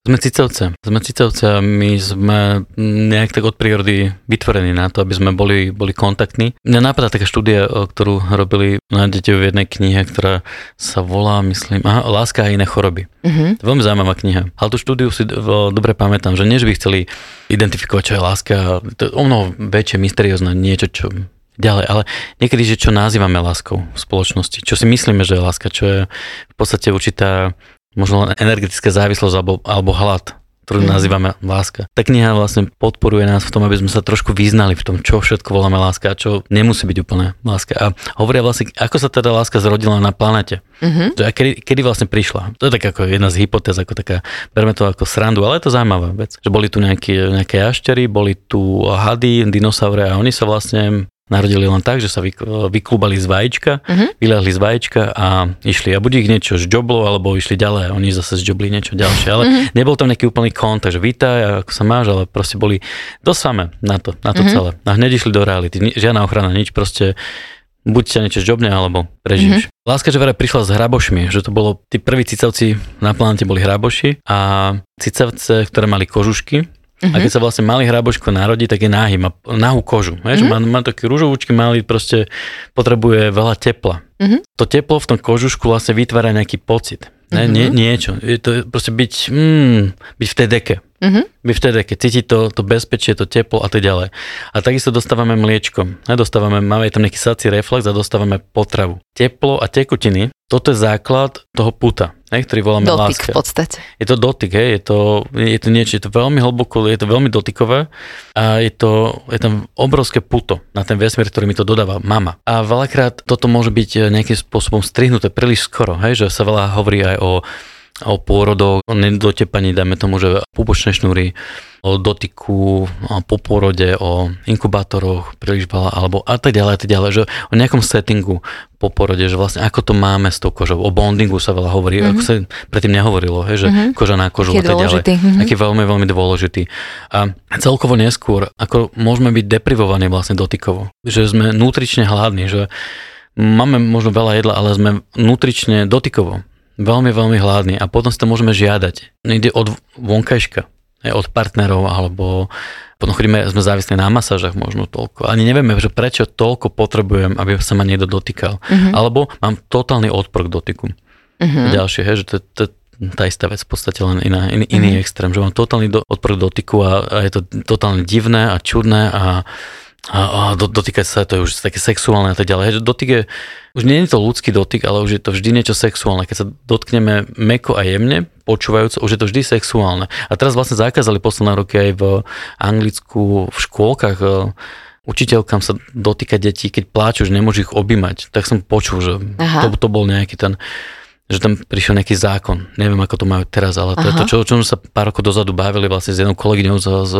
Sme cicavce. Sme cicavce a my sme nejak tak od prírody vytvorení na to, aby sme boli, boli kontaktní. Mňa napadá taká štúdia, ktorú robili na deti v jednej knihe, ktorá sa volá, myslím, aha, Láska a iné choroby. Uh-huh. Veľmi zaujímavá kniha. Ale tú štúdiu si dobre pamätám, že nie, že by chceli identifikovať, čo je láska. To je o mnoho väčšie, mysteriózne, niečo, čo ďalej. Ale niekedy, že čo nazývame láskou v spoločnosti. Čo si myslíme, že je láska, čo je v podstate určitá možno len energetická závislosť alebo, alebo hlad, ktorú mm. nazývame láska. Tá kniha vlastne podporuje nás v tom, aby sme sa trošku vyznali v tom, čo všetko voláme láska a čo nemusí byť úplne láska. A hovoria vlastne, ako sa teda láska zrodila na planete. Mm-hmm. A kedy, kedy vlastne prišla. To je tak ako jedna z hypotéz, ako taká, berme to ako srandu, ale je to zaujímavá vec. Že boli tu nejaké, nejaké jaštery, boli tu hady, dinosaure a oni sa vlastne narodili len tak, že sa vyklúbali z vajíčka, uh-huh. vylehli z vajíčka a išli. A buď ich niečo žďoblo, alebo išli ďalej a oni zase žďobli niečo ďalšie. Ale uh-huh. nebol tam nejaký úplný kontakt, že vítaj, ako sa máš, ale proste boli dosť samé na to, na to uh-huh. celé. A hneď išli do reality. Žiadna ochrana, nič, proste buď ťa niečo žďobne, alebo prežiješ. Uh-huh. Láska, že vera prišla s hrabošmi, že to bolo, tí prví cicavci na planete boli hraboši a cicavce, ktoré mali kožušky. Uh-huh. A keď sa vlastne malý hraboško narodí, tak je náhy, má nahú kožu. Uh-huh. Má, má taký ružovúčky malý, proste potrebuje veľa tepla. Uh-huh. To teplo v tom kožušku vlastne vytvára nejaký pocit. Ne? Uh-huh. Nie, niečo. Je to proste byť, mm, byť v tej deke. Uh-huh. Byť v tej deke. Cítiť to, to bezpečie, to teplo a tak ďalej. A takisto dostávame mliečko. Ne? Dostávame, máme tam nejaký sací reflex a dostávame potravu. Teplo a tekutiny, toto je základ toho puta, ne? Ktorý voláme dotyk láska. V podstate. Je to dotyk, hej? Je, to, je to niečo, je to veľmi hlboko, je to veľmi dotykové a je, to, je tam obrovské puto na ten vesmír, ktorý mi to dodáva mama. A veľakrát toto môže byť nejakým spôsobom strihnuté príliš skoro, hej? Že sa veľa hovorí aj o o pôrodoch, o nedotepaní, dajme tomu, že pupočné šnúry, o dotyku, po pôrode, o inkubátoroch príliš veľa, alebo a tak ďalej, a tak ďalej, že o nejakom settingu po porode, že vlastne ako to máme s tou kožou, o bondingu sa veľa hovorí, mm-hmm. ako sa predtým nehovorilo, hej, že mm-hmm. koža na kožu a tak ďalej, mm-hmm. aký veľmi, veľmi dôležitý. A celkovo neskôr, ako môžeme byť deprivovaní vlastne dotykovo, že sme nutrične hladní, že máme možno veľa jedla, ale sme nutrične dotykovo veľmi, veľmi hladný a potom si to môžeme žiadať. Niekde od vonkajška, od partnerov, alebo potom chodíme, sme závislí na masážach možno toľko. Ani nevieme, že prečo toľko potrebujem, aby sa ma niekto dotýkal. Uh-huh. Alebo mám totálny odpor k dotyku. Uh-huh. Ďalšie, hej, že to je tá istá vec, v podstate len iná, in, iný uh-huh. extrém, že mám totálny do, odpor k dotyku a, a je to totálne divné a čudné a a, a do, dotýkať sa, to je už také sexuálne a tak ďalej. Dotyk je, už nie je to ľudský dotyk, ale už je to vždy niečo sexuálne. Keď sa dotkneme mäkko a jemne, počúvajúco, už je to vždy sexuálne. A teraz vlastne zakázali posledné roky aj v Anglicku, v škôlkach učiteľkám sa dotýkať detí, keď pláču, že nemôžu ich objímať. Tak som počul, že to, to bol nejaký ten, že tam prišiel nejaký zákon. Neviem, ako to majú teraz, ale to Aha. je to, čo, čo sa pár rokov dozadu bavili vlastne s jednou kolegyňou z, z,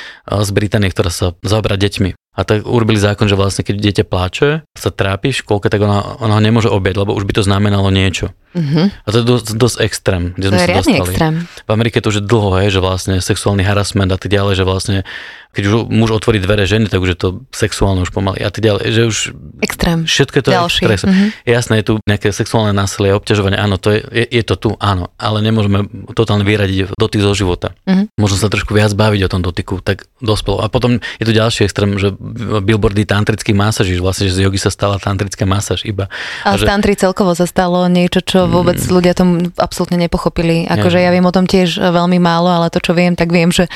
z Británie, ktorá sa zaoberá deťmi. A tak urobili zákon, že vlastne keď dieťa pláče, sa trápi v škôlke, tak ona, ona ho nemôže objať, lebo už by to znamenalo niečo. Uh-huh. A to je dosť, dosť extrém, kde to sme sa dostali. Extrém. V Amerike to už je dlho, hej, že vlastne sexuálny harassment a tak ďalej, že vlastne keď už muž otvorí dvere ženy, tak už je to sexuálne už pomaly a tak ďalej, že už extrém. Všetko je to extrém. Uh-huh. Jasné, je tu nejaké sexuálne násilie, obťažovanie, áno, to je, je, je to tu, áno, ale nemôžeme totálne vyradiť dotyk zo života. Uh-huh. Možno sa trošku viac baviť o tom dotyku, tak dospelo. A potom je tu ďalší extrém, že billboardy tantrických masáží, vlastne, že z jogy sa stala tantrická masáž iba. A, a z že... tantry celkovo sa stalo niečo, čo vôbec mm. ľudia tomu absolútne nepochopili. Akože ja viem o tom tiež veľmi málo, ale to, čo viem, tak viem, že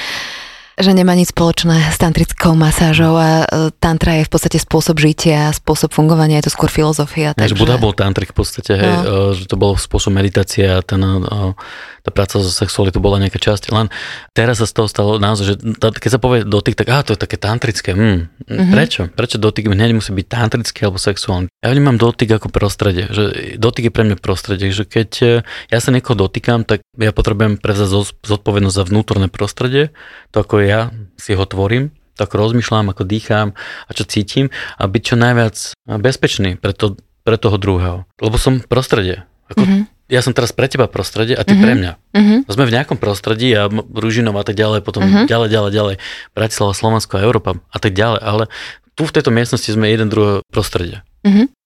že nemá nič spoločné s tantrickou masážou a tantra je v podstate spôsob žitia, spôsob fungovania, je to skôr filozofia. Takže... Buddha bol tantrik v podstate, hej, no. že to bol spôsob meditácie a ten, tá práca so sexualitou bola nejaká časť. Len teraz sa z toho stalo naozaj, že keď sa povie dotyk, tak á, to je také tantrické. Hm. Mm-hmm. Prečo? Prečo dotyk hneď musí byť tantrický alebo sexuálny? Ja vnímam dotyk ako prostredie, že dotyk je pre mňa prostredie, že keď ja sa niekoho dotýkam, tak ja potrebujem prevzať zodpovednosť za vnútorné prostredie, to ako ja si ho tvorím, tak rozmýšľam, ako dýcham a čo cítim a byť čo najviac bezpečný pre, to, pre toho druhého. Lebo som prostredie. Ako, mm-hmm. Ja som teraz pre teba prostredie a ty mm-hmm. pre mňa. Mm-hmm. Sme v nejakom prostredí a Ružinov a tak ďalej, potom mm-hmm. ďalej, ďalej, ďalej. Bratislava, Slovensko a Európa a tak ďalej, ale tu v tejto miestnosti sme jeden druhého prostredie. Mm-hmm.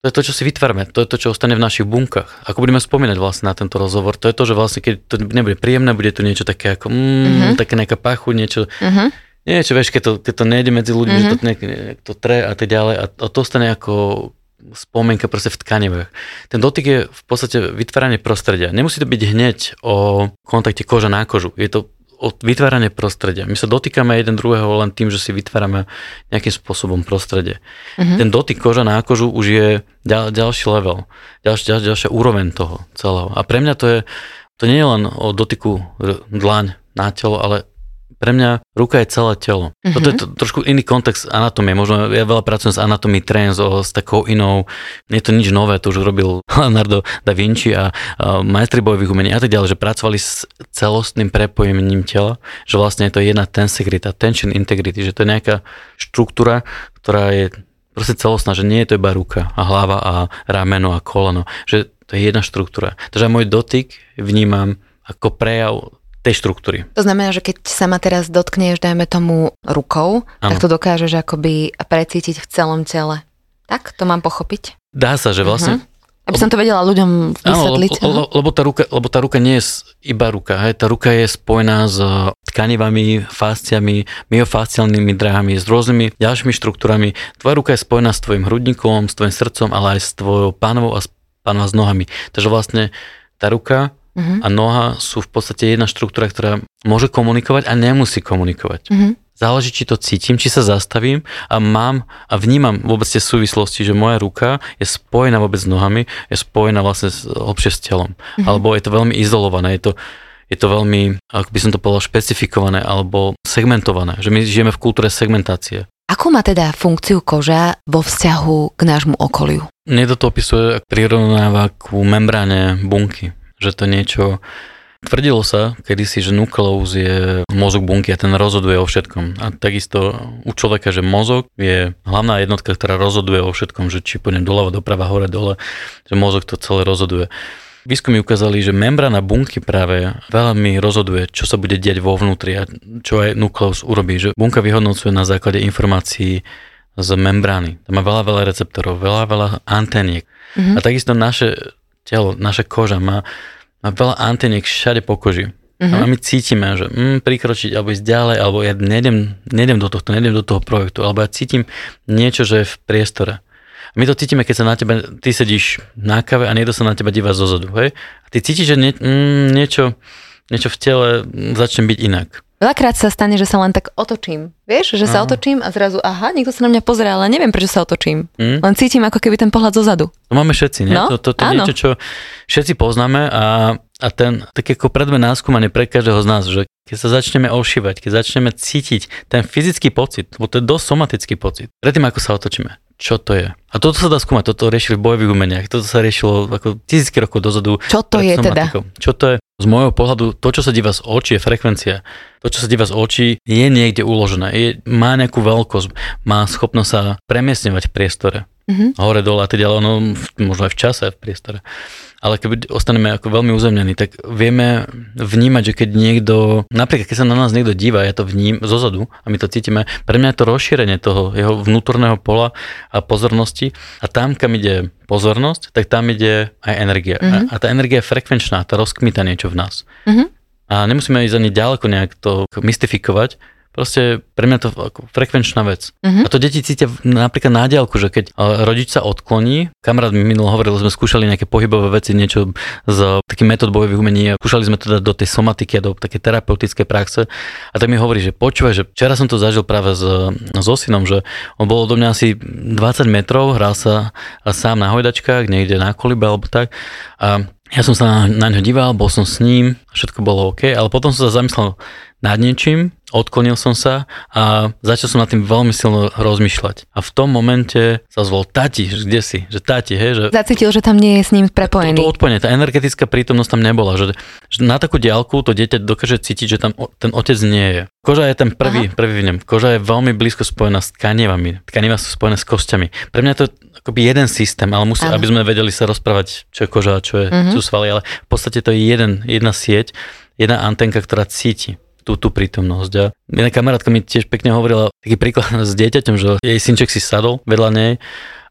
To je to, čo si vytvárame, to je to, čo ostane v našich bunkách. Ako budeme spomínať vlastne na tento rozhovor, to je to, že vlastne keď to nebude príjemné, bude to niečo také ako, mm, uh-huh. také nejaká pachu, niečo, uh-huh. niečo, vieš, keď to, keď to nejde medzi ľuďmi, uh-huh. že to, ne, to tre a tak ďalej a to ostane ako spomienka proste v tkanivách. Ten dotyk je v podstate vytváranie prostredia. Nemusí to byť hneď o kontakte koža na kožu. Je to o vytváranie prostredia. My sa dotýkame jeden druhého len tým, že si vytvárame nejakým spôsobom prostredie. Mm-hmm. Ten dotyk koža na kožu už je ďal, ďalší level, ďalší, ďal, ďalšia úroveň toho celého. A pre mňa to je, to nie je len o dotyku dlaň na telo, ale pre mňa ruka je celé telo. Mm-hmm. Toto je to, trošku iný kontext anatómie. Možno ja veľa pracujem s anatómií trends, s takou inou, nie je to nič nové, to už robil Leonardo da Vinci a, a majstri bojových umení a tak ďalej, že pracovali s celostným prepojením tela, že vlastne je to jedna tensegrita, tension integrity, že to je nejaká štruktúra, ktorá je proste celostná, že nie je to iba ruka a hlava a rameno a koleno, že to je jedna štruktúra. Takže môj dotyk vnímam ako prejav tej štruktúry. To znamená, že keď sa ma teraz dotkneš, dajme tomu rukou, ano. Tak to dokážeš akoby precítiť v celom tele. Tak? To mám pochopiť? Dá sa, že vlastne... Uh-huh. Aby som to vedela ľuďom vysvetliť. Áno, lebo, lebo, tá ruka, lebo tá ruka nie je iba ruka. Hej? Tá ruka je spojená s tkanivami, fasciami, myofasciálnymi dráhami, s rôznymi ďalšími štruktúrami. Tvoja ruka je spojená s tvojim hrudníkom, s tvojim srdcom, ale aj s tvojou pánovou a s pánova s nohami. Takže vlastne tá ruka Uh-huh. a noha sú v podstate jedna štruktúra, ktorá môže komunikovať a nemusí komunikovať. Uh-huh. Záleží, či to cítim, či sa zastavím a mám a vnímam vôbec tie súvislosti, že moja ruka je spojená vôbec s nohami, je spojená vlastne hlbšie s telom. Uh-huh. Alebo je to veľmi izolované, je to, je to veľmi, ako by som to povedal, špecifikované alebo segmentované. Že my žijeme v kultúre segmentácie. Akú má teda funkciu koža vo vzťahu k nášmu okoliu? Niekto to opisuje, prirovnáva ku membráne bunky. Že to niečo, tvrdilo sa kedysi, že nukleus je mozog bunky a ten rozhoduje o všetkom. A takisto u človeka, že mozog je hlavná jednotka, ktorá rozhoduje o všetkom, že či pôjdem doľava, doprava, hore, dole, že mozog to celé rozhoduje. Výskumy ukázali, že membrána bunky práve veľmi rozhoduje, čo sa bude diať vo vnútri a čo aj nukleus urobí. Že bunka vyhodnocuje na základe informácií z membrány. Tam má veľa, veľa receptorov, veľa, veľa anténiek. Mm-hmm. A takisto naše telo, naša koža má, má veľa anteniek všade po koži. Uh-huh. A my cítime, že mm, prikročiť, alebo ísť ďalej, alebo ja nejdem, nejdem do tohto, nejdem do toho projektu, alebo ja cítim niečo, že je v priestore. A my to cítime, keď sa na teba, ty sedíš na kave a niekto sa na teba díva zozadu, hej? A ty cítiš, že nie, mm, niečo, niečo v tele začne byť inak. Veľakrát sa stane, že sa len tak otočím. Vieš, že sa aha. otočím a zrazu, aha, niekto sa na mňa pozerá, ale neviem, prečo sa otočím. Mm. Len cítim ako keby ten pohľad zozadu. To máme všetci, nie? No? To, to, to je niečo, čo všetci poznáme a, a ten také ako predmet náskúmanie pre každého z nás, že keď sa začneme ošívať, keď začneme cítiť ten fyzický pocit, lebo to je dosť somatický pocit, predtým ako sa otočíme, čo to je. A toto sa dá skúmať, toto riešili v bojových umeniach, toto sa riešilo ako tisícky rokov dozadu. Čo to je somatikou. teda? Čo to je? Z môjho pohľadu, to, čo sa díva z očí, je frekvencia. To, čo sa díva z očí, je niekde uložené. Je, má nejakú veľkosť, má schopnosť sa premiestňovať v priestore. Mm-hmm. Hore, dole a teda, ono možno aj v čase, v priestore. Ale keď ostaneme ako veľmi uzemnení, tak vieme vnímať, že keď niekto, napríklad keď sa na nás niekto díva, ja to vním zozadu a my to cítime, pre mňa je to rozšírenie toho jeho vnútorného pola a pozornosti a tam, kam ide pozornosť, tak tam ide aj energia. Mm-hmm. A, a tá energia je frekvenčná, tá rozkmita niečo v nás. Mm-hmm. A nemusíme ísť ani ďaleko nejak to mystifikovať, proste pre mňa to ako frekvenčná vec. Uh-huh. A to deti cítia napríklad na diaľku, že keď rodič sa odkloní, kamarát mi minul hovoril, sme skúšali nejaké pohybové veci, niečo z takých metód bojových umení a skúšali sme to dať do tej somatiky a do také terapeutickej praxe a tak mi hovorí, že počúvaj, že včera som to zažil práve s, so synom, že on bol odo mňa asi dvadsať metrov, hral sa sám na hojdačkách, niekde na kolibe alebo tak a ja som sa na, na ňo díval, bol som s ním, všetko bolo OK, ale potom som sa zamyslel nad niečím, odklonil som sa a začal som nad tým veľmi silno rozmýšľať. A v tom momente sa zvolal tati, že kde si, že tati, hej, že... Zacítil, že tam nie je s ním prepojený. To, to odpojenie, tá energetická prítomnosť tam nebola, že, že na takú diaľku to dieťa dokáže cítiť, že tam ten otec nie je. Koža je ten prvý, Aha. prvý v ňom. Koža je veľmi blízko spojená s tkanivami. Tkaniva sú spojené s kostiami. Pre mňa to je akoby jeden systém, ale musí, aby sme vedeli sa rozprávať, čo je koža, čo je uh-huh. sú svaly, ale v podstate to je jeden, jedna sieť, jedna antenka, ktorá cíti tú, tú prítomnosť. A jedna kamarátka mi tiež pekne hovorila taký príklad s dieťaťom, že jej synček si sadol vedľa nej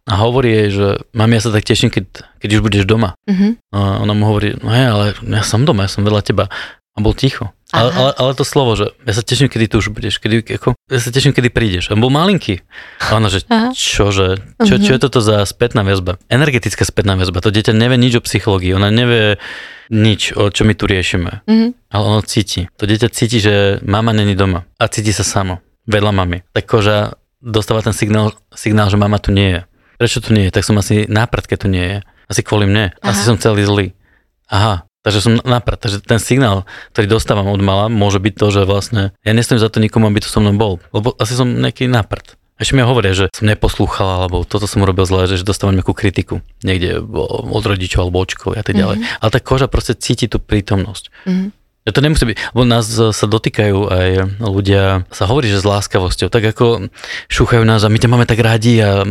A hovorí jej, že mami, ja sa tak teším, keď, keď už budeš doma. Uh-huh. A ona mu hovorí, no hej, ale ja som doma, ja som vedľa teba. A bol ticho. Ale, ale, ale to slovo, že ja sa teším, kedy tu už budeš, kedy, ako, ja sa teším, kedy prídeš. A bol malinký. A ona, že čože, čo, čo je toto za spätná väzba? Energetická spätná väzba. To dieťa nevie nič o psychológii, ona nevie nič, o čo my tu riešime. Mm-hmm. Ale ono cíti. To dieťa cíti, že mama není doma. A cíti sa samo, vedľa mami. Tak koža dostáva ten signál, signál, že mama tu nie je. Prečo tu nie je? Tak som asi náprd, keď tu nie je. Asi kvôli mne. Aha. Asi som celý zlý. Aha. Takže som naprd. Takže ten signál, ktorý dostávam od mala, môže byť to, že vlastne ja nestojím za to nikomu, aby to so mnou bol. Lebo asi som nejaký naprd. Ešte mi hovoria, že som neposlúchal, alebo toto som urobil zle, že dostávam nejakú kritiku niekde od rodičov alebo očkov a tak ďalej. Mm-hmm. Ale tá koža proste cíti tú prítomnosť. Mm-hmm. Ja to nemusí byť, lebo nás sa dotýkajú aj ľudia, sa hovorí, že s láskavosťou, tak ako šúchajú nás a my ťa máme tak radi a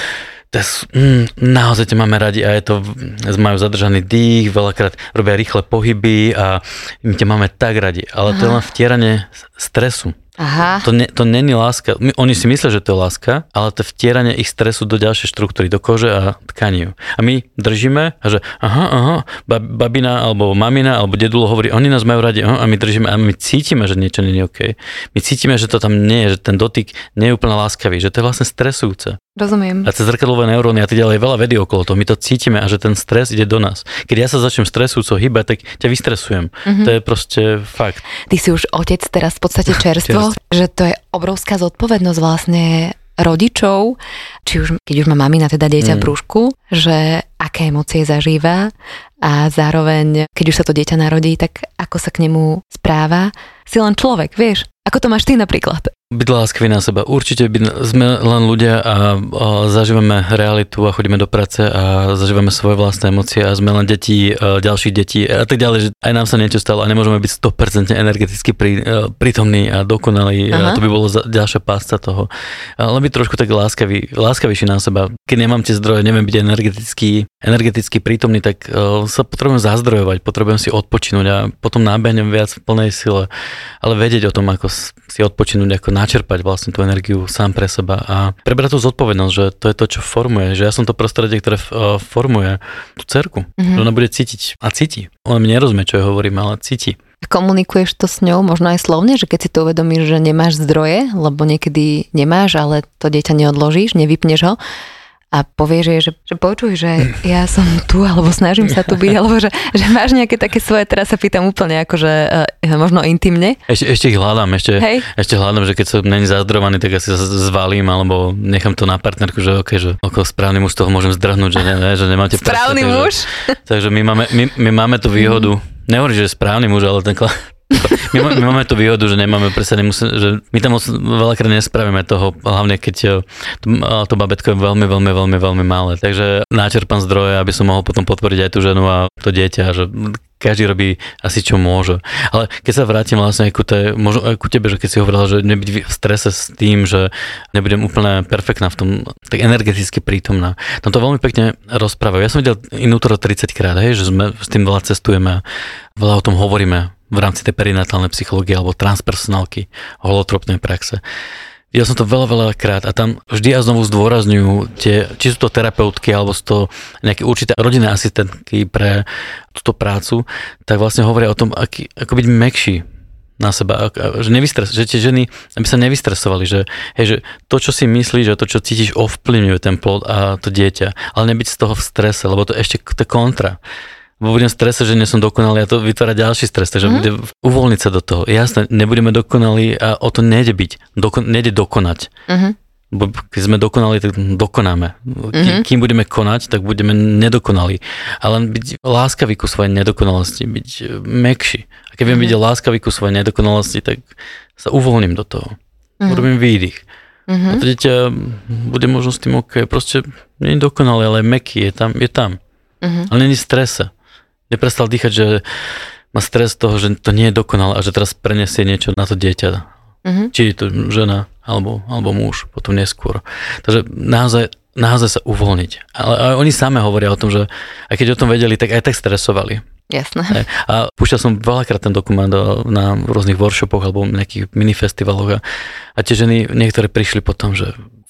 Tes, mm, naozaj ťa máme radi a je to, majú zadržaný dých, veľakrát robia rýchle pohyby a my ťa máme tak radi, ale Aha. to je len vtieranie stresu. Aha. To, ne, to není láska. My, oni si myslia, že to je láska, ale to je vtieranie ich stresu do ďalšej štruktúry, do kože a tkaní. A my držíme a že aha, aha, babina alebo mamina alebo dedulo hovorí, oni nás majú radi, aha, a my držíme a my cítime, že niečo nie je OK. My cítime, že to tam nie je, že ten dotyk nie je úplne láskavý, že to je vlastne stresujúce. Rozumiem. A cez zrkadlové neuróny a tak ďalej veľa vedí okolo toho. My to cítime a že ten stres ide do nás. Keď ja sa začnem stresujúco hýbať, tak ťa vystresujem. Mm-hmm. To je proste fakt. Ty si už otec teraz v podstate čerstvo, že to je obrovská zodpovednosť vlastne rodičov, či už, keď už má mamina teda dieťa mm. v brúšku, že aké emócie zažíva a zároveň, keď už sa to dieťa narodí, tak ako sa k nemu správa. Si len človek, vieš? Ako to máš ty napríklad? Byť láskavý na seba. Určite byť, sme len ľudia a, a zažívame realitu a chodíme do práce a zažívame svoje vlastné emócie a sme len deti, a ďalších detí a tak ďalej, že aj nám sa niečo stalo a nemôžeme byť sto percent energeticky prí, prítomní a dokonalí. A to by bolo za, ďalšia pásca toho. Ale byť trošku tak láskavý, láskavejší na seba. Keď nemám tie zdroje, neviem byť energeticky, energeticky prítomný, tak uh, sa potrebujem zazdrojovať, potrebujem si odpočinúť a potom nábehnem viac v plnej sile. Ale vedieť o tom, ako si odpočinúť, ako načerpať vlastne tú energiu sám pre seba a prebrať tú zodpovednosť, že to je to, čo formuje, že ja som to prostredie, ktoré uh, formuje tú dcerku, mm-hmm. že ona bude cítiť a cíti. Ona mi nerozumie, čo ja hovorím, ale cíti. Komunikuješ to s ňou možno aj slovne, že keď si to uvedomíš, že nemáš zdroje, lebo niekedy nemáš, ale to dieťa neodložíš, nevypneš ho a povieš jej, že, že počuj, že ja som tu, alebo snažím sa tu byť, alebo že, že máš nejaké také svoje, teraz sa pýtam úplne akože uh, možno intimne. Ešte, ešte ich hľadám, ešte, ešte hľadám, že keď som není zazdrovaný, tak asi sa zvalím, alebo nechám to na partnerku, že okej, okay, že okolo správny muž z toho môžem zdrhnúť, že, ne, ne, že nemáte prste. Správny takže, muž? Takže my máme, my, my máme tú výhodu, nehovorím, že je správny muž, ale ten kla... My, má, my máme tú výhodu, že nemáme presne, nemusí, že my tam veľakrát nespravíme toho, hlavne keď to, to babetko je veľmi, veľmi, veľmi, veľmi malé. Takže načerpám zdroje, aby som mohol potom podporiť aj tú ženu a to dieťa, že každý robí asi čo môže. Ale keď sa vrátim vlastne aj ku, tej, možno aj ku tebe, že keď si hovorila, že nebyť v strese s tým, že nebudem úplne perfektná v tom, tak energeticky prítomná. Tam to veľmi pekne rozprávajú. Ja som videl Inutro tridsaťkrát, hej, že sme s tým veľa cestujeme, veľa o tom hovoríme v rámci tej perinatálnej psychológie alebo transpersonálky, holotropnej praxe. Videl som to veľa, veľa krát a tam vždy a znovu zdôrazňujú tie, či sú to terapeutky alebo sú to nejaké určité rodinné asistentky pre túto prácu, tak vlastne hovoria o tom, aký, ako byť mäkší na seba, že, nevystres, že tie ženy, aby sa nevystresovali, že, hej, že to, čo si myslíš, že to, čo cítiš, ovplyvňuje ten plod a to dieťa, ale nebyť z toho v strese, lebo to ešte to kontra. Lebo budem v strese, že nie som dokonalý a to vytvára ďalší stres, takže mm. bude uvoľniť sa do toho. Jasné, nebudeme dokonalí a o to nejde byť, Doko, nejde dokonať. Mm-hmm. Bo keď sme dokonali, tak dokonáme. Mm-hmm. Kým budeme konať, tak budeme nedokonalí. Ale byť láskavý ku svojej nedokonalosti, byť mäkší. A keď viem mm-hmm. byť láskavý ku svojej nedokonalosti, tak sa uvoľním do toho. Mm-hmm. Urobím výdych. Mm-hmm. A to dieťa bude možno s tým OK, proste nie je dokonalý, ale je mäkký, je tam, je tam. Mm-hmm. Ale nie je strese. Neprestal dýchať, že má stres toho, že to nie je dokonalé a že teraz prenesie niečo na to dieťa. Mm-hmm. Či je to žena alebo, alebo muž, potom neskôr. Takže naozaj, naozaj sa uvoľniť. Ale aj oni same hovoria o tom, že aj keď o tom vedeli, tak aj tak stresovali. Jasné. A púšťal som veľakrát ten dokument na rôznych workshopoch alebo nejakých minifestivaloch a, a tie ženy niektoré prišli potom, že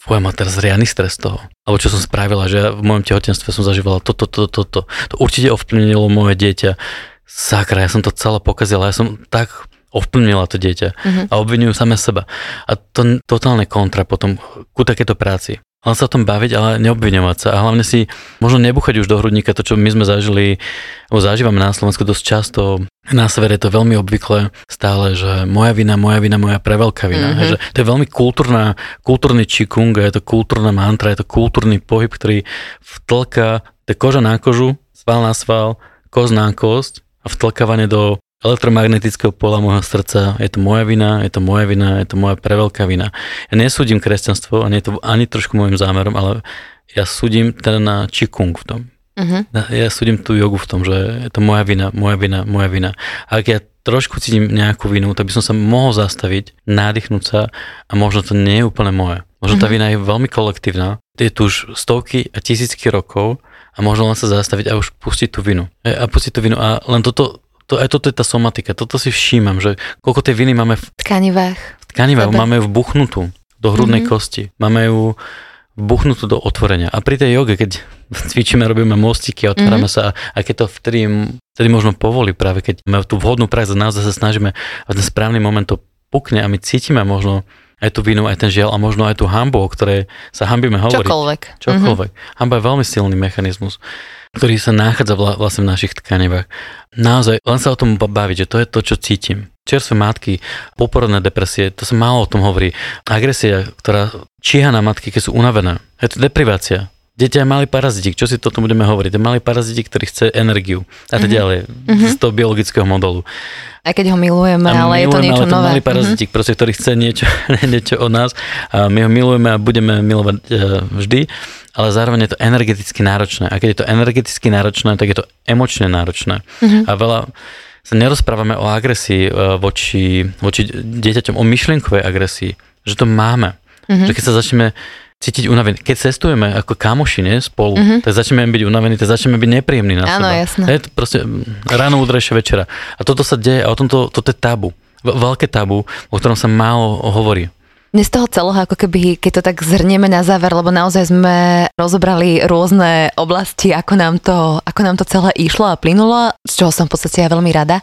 fuj, má teraz riadny stres toho. Alebo čo som spravila, že ja v mojom tehotenstve som zažívala toto, toto, toto. To určite ovplyvnilo moje dieťa. Sakra, ja som to celé pokazila, ja som tak ovplyvnila to dieťa uh-huh. a obvinujú same seba. A to totálne kontra potom ku takéto práci. Len sa o tom baviť, ale neobviňovať sa a hlavne si možno nebuchať už do hrudníka to, čo my sme zažili, alebo zažívame na Slovensku dosť často. Na severe je to veľmi obvyklé stále, že moja vina, moja vina, moja preveľká vina. Mm-hmm. Že to je veľmi kultúrna, kultúrny čikung, je to kultúrna mantra, je to kultúrny pohyb, ktorý vtlka, to je koža na kožu, sval na sval, kost na kosť a vtlkávanie do elektromagnetického pola môjho srdca, je to moja vina, je to moja vina, je to moja preveľká vina. Ja nesúdim kresťanstvo a nie je to ani trošku môjim zámerom, ale ja súdim teda na čikung v tom. Uh-huh. Ja súdim tú jogu v tom, že je to moja vina, moja vina, moja vina. A ak ja trošku cítim nejakú vinu, tak by som sa mohol zastaviť, nádychnúť sa a možno to nie je úplne moje. Možno uh-huh. tá vina je veľmi kolektívna. Je tu už stovky a tisícky rokov a možno len sa zastaviť a už pustiť tú vinu. A pustiť tú vinu a len toto To, aj toto je tá somatika, toto si všímam, že koľko tej viny máme v tkanivách. V tkanivách, máme ju vbuchnutú do hrudnej mm-hmm. kosti, máme ju vbuchnutú do otvorenia. A pri tej joge, keď cvičíme, robíme mostiky a otvárame mm-hmm. sa a keď to vtedy, vtedy možno povolí práve, keď máme tú vhodnú prax a naozaj sa snažíme a ten správny moment to pukne a my cítime možno aj tú vinu, aj ten žiaľ a možno aj tú hanbu, o ktorej sa hanbíme hovoriť. Čokoľvek. Čokoľvek. Mm-hmm. Hanba je veľmi silný mechanizmus, ktorý sa nachádza vlastne v našich tkanivách. Naozaj, len sa o tom baviť, že to je to, čo cítim. Čerstvé matky, poporodné depresie, to sa málo o tom hovorí. Agresia, ktorá číha na matky, keď sú unavené, je to deprivácia. Dieťa je malý parazitík, čo si toto budeme hovoriť? Je malý parazitík, ktorý chce energiu a tak ďalej, mm-hmm. z toho biologického modelu. Aj keď ho milujeme, a ale milujeme, je to niečo ale to nové. Malý parazitík, mm-hmm. proste, ktorý chce niečo, niečo od nás a my ho milujeme a budeme milovať e, vždy, ale zároveň je to energeticky náročné. A keď je to energeticky náročné, tak je to emočne náročné. Mm-hmm. A veľa sa nerozprávame o agresii e, voči, voči dieťaťom, o myšlienkovej agresii, že to máme. Mm-hmm. Že keď sa začneme cítiť unavený. Keď cestujeme ako kamoši, nie, spolu, mm-hmm. tak začneme byť unavení, tak začneme byť nepríjemní na Áno, seba. Jasné. Je to proste ráno, údrejšie, večera. A toto sa deje a o tomto, toto je tabu. Veľké tabu, o ktorom sa málo hovorí. Mne z toho celého, ako keby, keď to tak zhrnieme na záver, lebo naozaj sme rozobrali rôzne oblasti, ako nám to, ako nám to celé išlo a plynulo, z čoho som v podstate ja veľmi rada.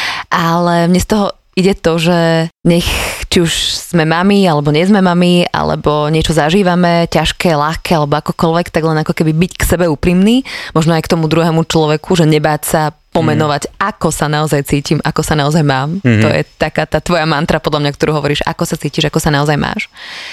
Ale mne z toho ide to, že nech či už sme mami, alebo nie sme mami, alebo niečo zažívame, ťažké, ľahké, alebo akokoľvek, tak len ako keby byť k sebe úprimný, možno aj k tomu druhému človeku, že nebáť sa pomenovať, mm. ako sa naozaj cítim, ako sa naozaj mám. Mm-hmm. To je taká tá tvoja mantra, podľa mňa, ktorú hovoríš, ako sa cítiš, ako sa naozaj máš.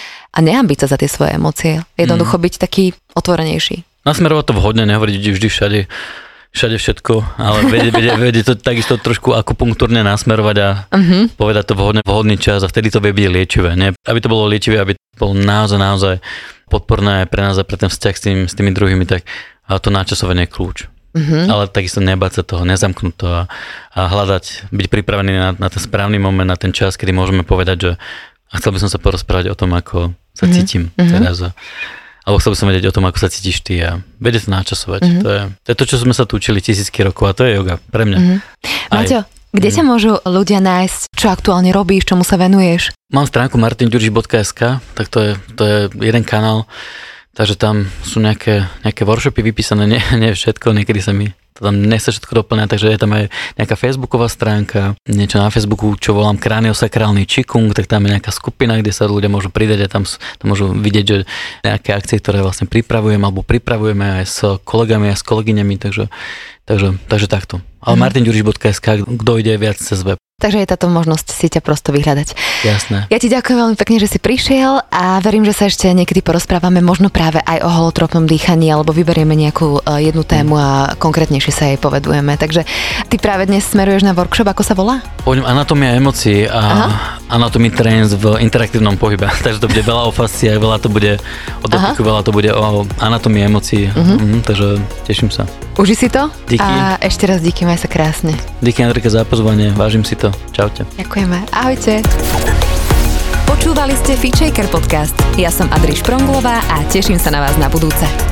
A nehambiť sa za tie svoje emócie. Jednoducho mm. byť taký otvorenejší. Nasmerovať to vhodne, nehovoriť vždy všade, všade všetko, ale vedieť, vedieť, vedieť to takisto trošku akupunktúrne nasmerovať a uh-huh. povedať to vhodne, vhodný čas a vtedy to vie byť liečivé. Nie? Aby to bolo liečivé, aby to bolo naozaj, naozaj podporné aj pre nás a pre ten vzťah s, tým, s tými druhými, tak to načasovanie je kľúč. Uh-huh. Ale takisto nebáť sa toho, nezamknúť to a, a hľadať, byť pripravený na, na ten správny moment, na ten čas, kedy môžeme povedať, že a chcel by som sa porozprávať o tom, ako sa uh-huh. cítim uh-huh. teraz a alebo chcel by som vedieť o tom, ako sa cítiš ty a vedieť to načasovať. Mm-hmm. To, je, to je to, čo sme sa tu učili tisícky rokov a to je yoga pre mňa. Mm-hmm. Maťo, kde mm-hmm. ťa môžu ľudia nájsť? Čo aktuálne robíš? Čomu sa venuješ? Mám stránku martin ďuriš bodka es ká, tak to je, to je jeden kanál, takže tam sú nejaké, nejaké workshopy vypísané, nie, nie všetko, niekedy sa mi to tam nechce všetko doplňať, takže je tam aj nejaká facebooková stránka, niečo na Facebooku, čo volám kraniosakrálny čikung, tak tam je nejaká skupina, kde sa ľudia môžu pridať a tam, tam môžu vidieť, že nejaké akcie, ktoré vlastne pripravujeme alebo pripravujeme aj s kolegami a s kolegyňami, takže, takže, takže takto. Ale mm. martin ďuriš bodka es ká, kto ide viac cez web. Takže je táto možnosť si ťa prosto vyhľadať. Jasné. Ja ti ďakujem veľmi pekne, že si prišiel a verím, že sa ešte niekedy porozprávame možno práve aj o holotropnom dýchaní alebo vyberieme nejakú uh, jednu tému a konkrétnejšie sa jej povedujeme. Takže ty práve dnes smeruješ na workshop, ako sa volá? Pôjdem anatómia emócií a anatomy trends v interaktívnom pohybe. Takže to bude veľa o fascii, veľa to bude o dotyku, veľa to bude o anatómii emócií. Uh-huh. Uh-huh, takže teším sa. Uži si to? Díky. A ešte raz díky, maj sa krásne. Díky, Andrika, za pozvanie, vážim si to. Čaute. Ďakujeme. Ahojte. Počúvali ste Fitchaker podcast. Ja som Adri Špronglová a teším sa na vás na budúce.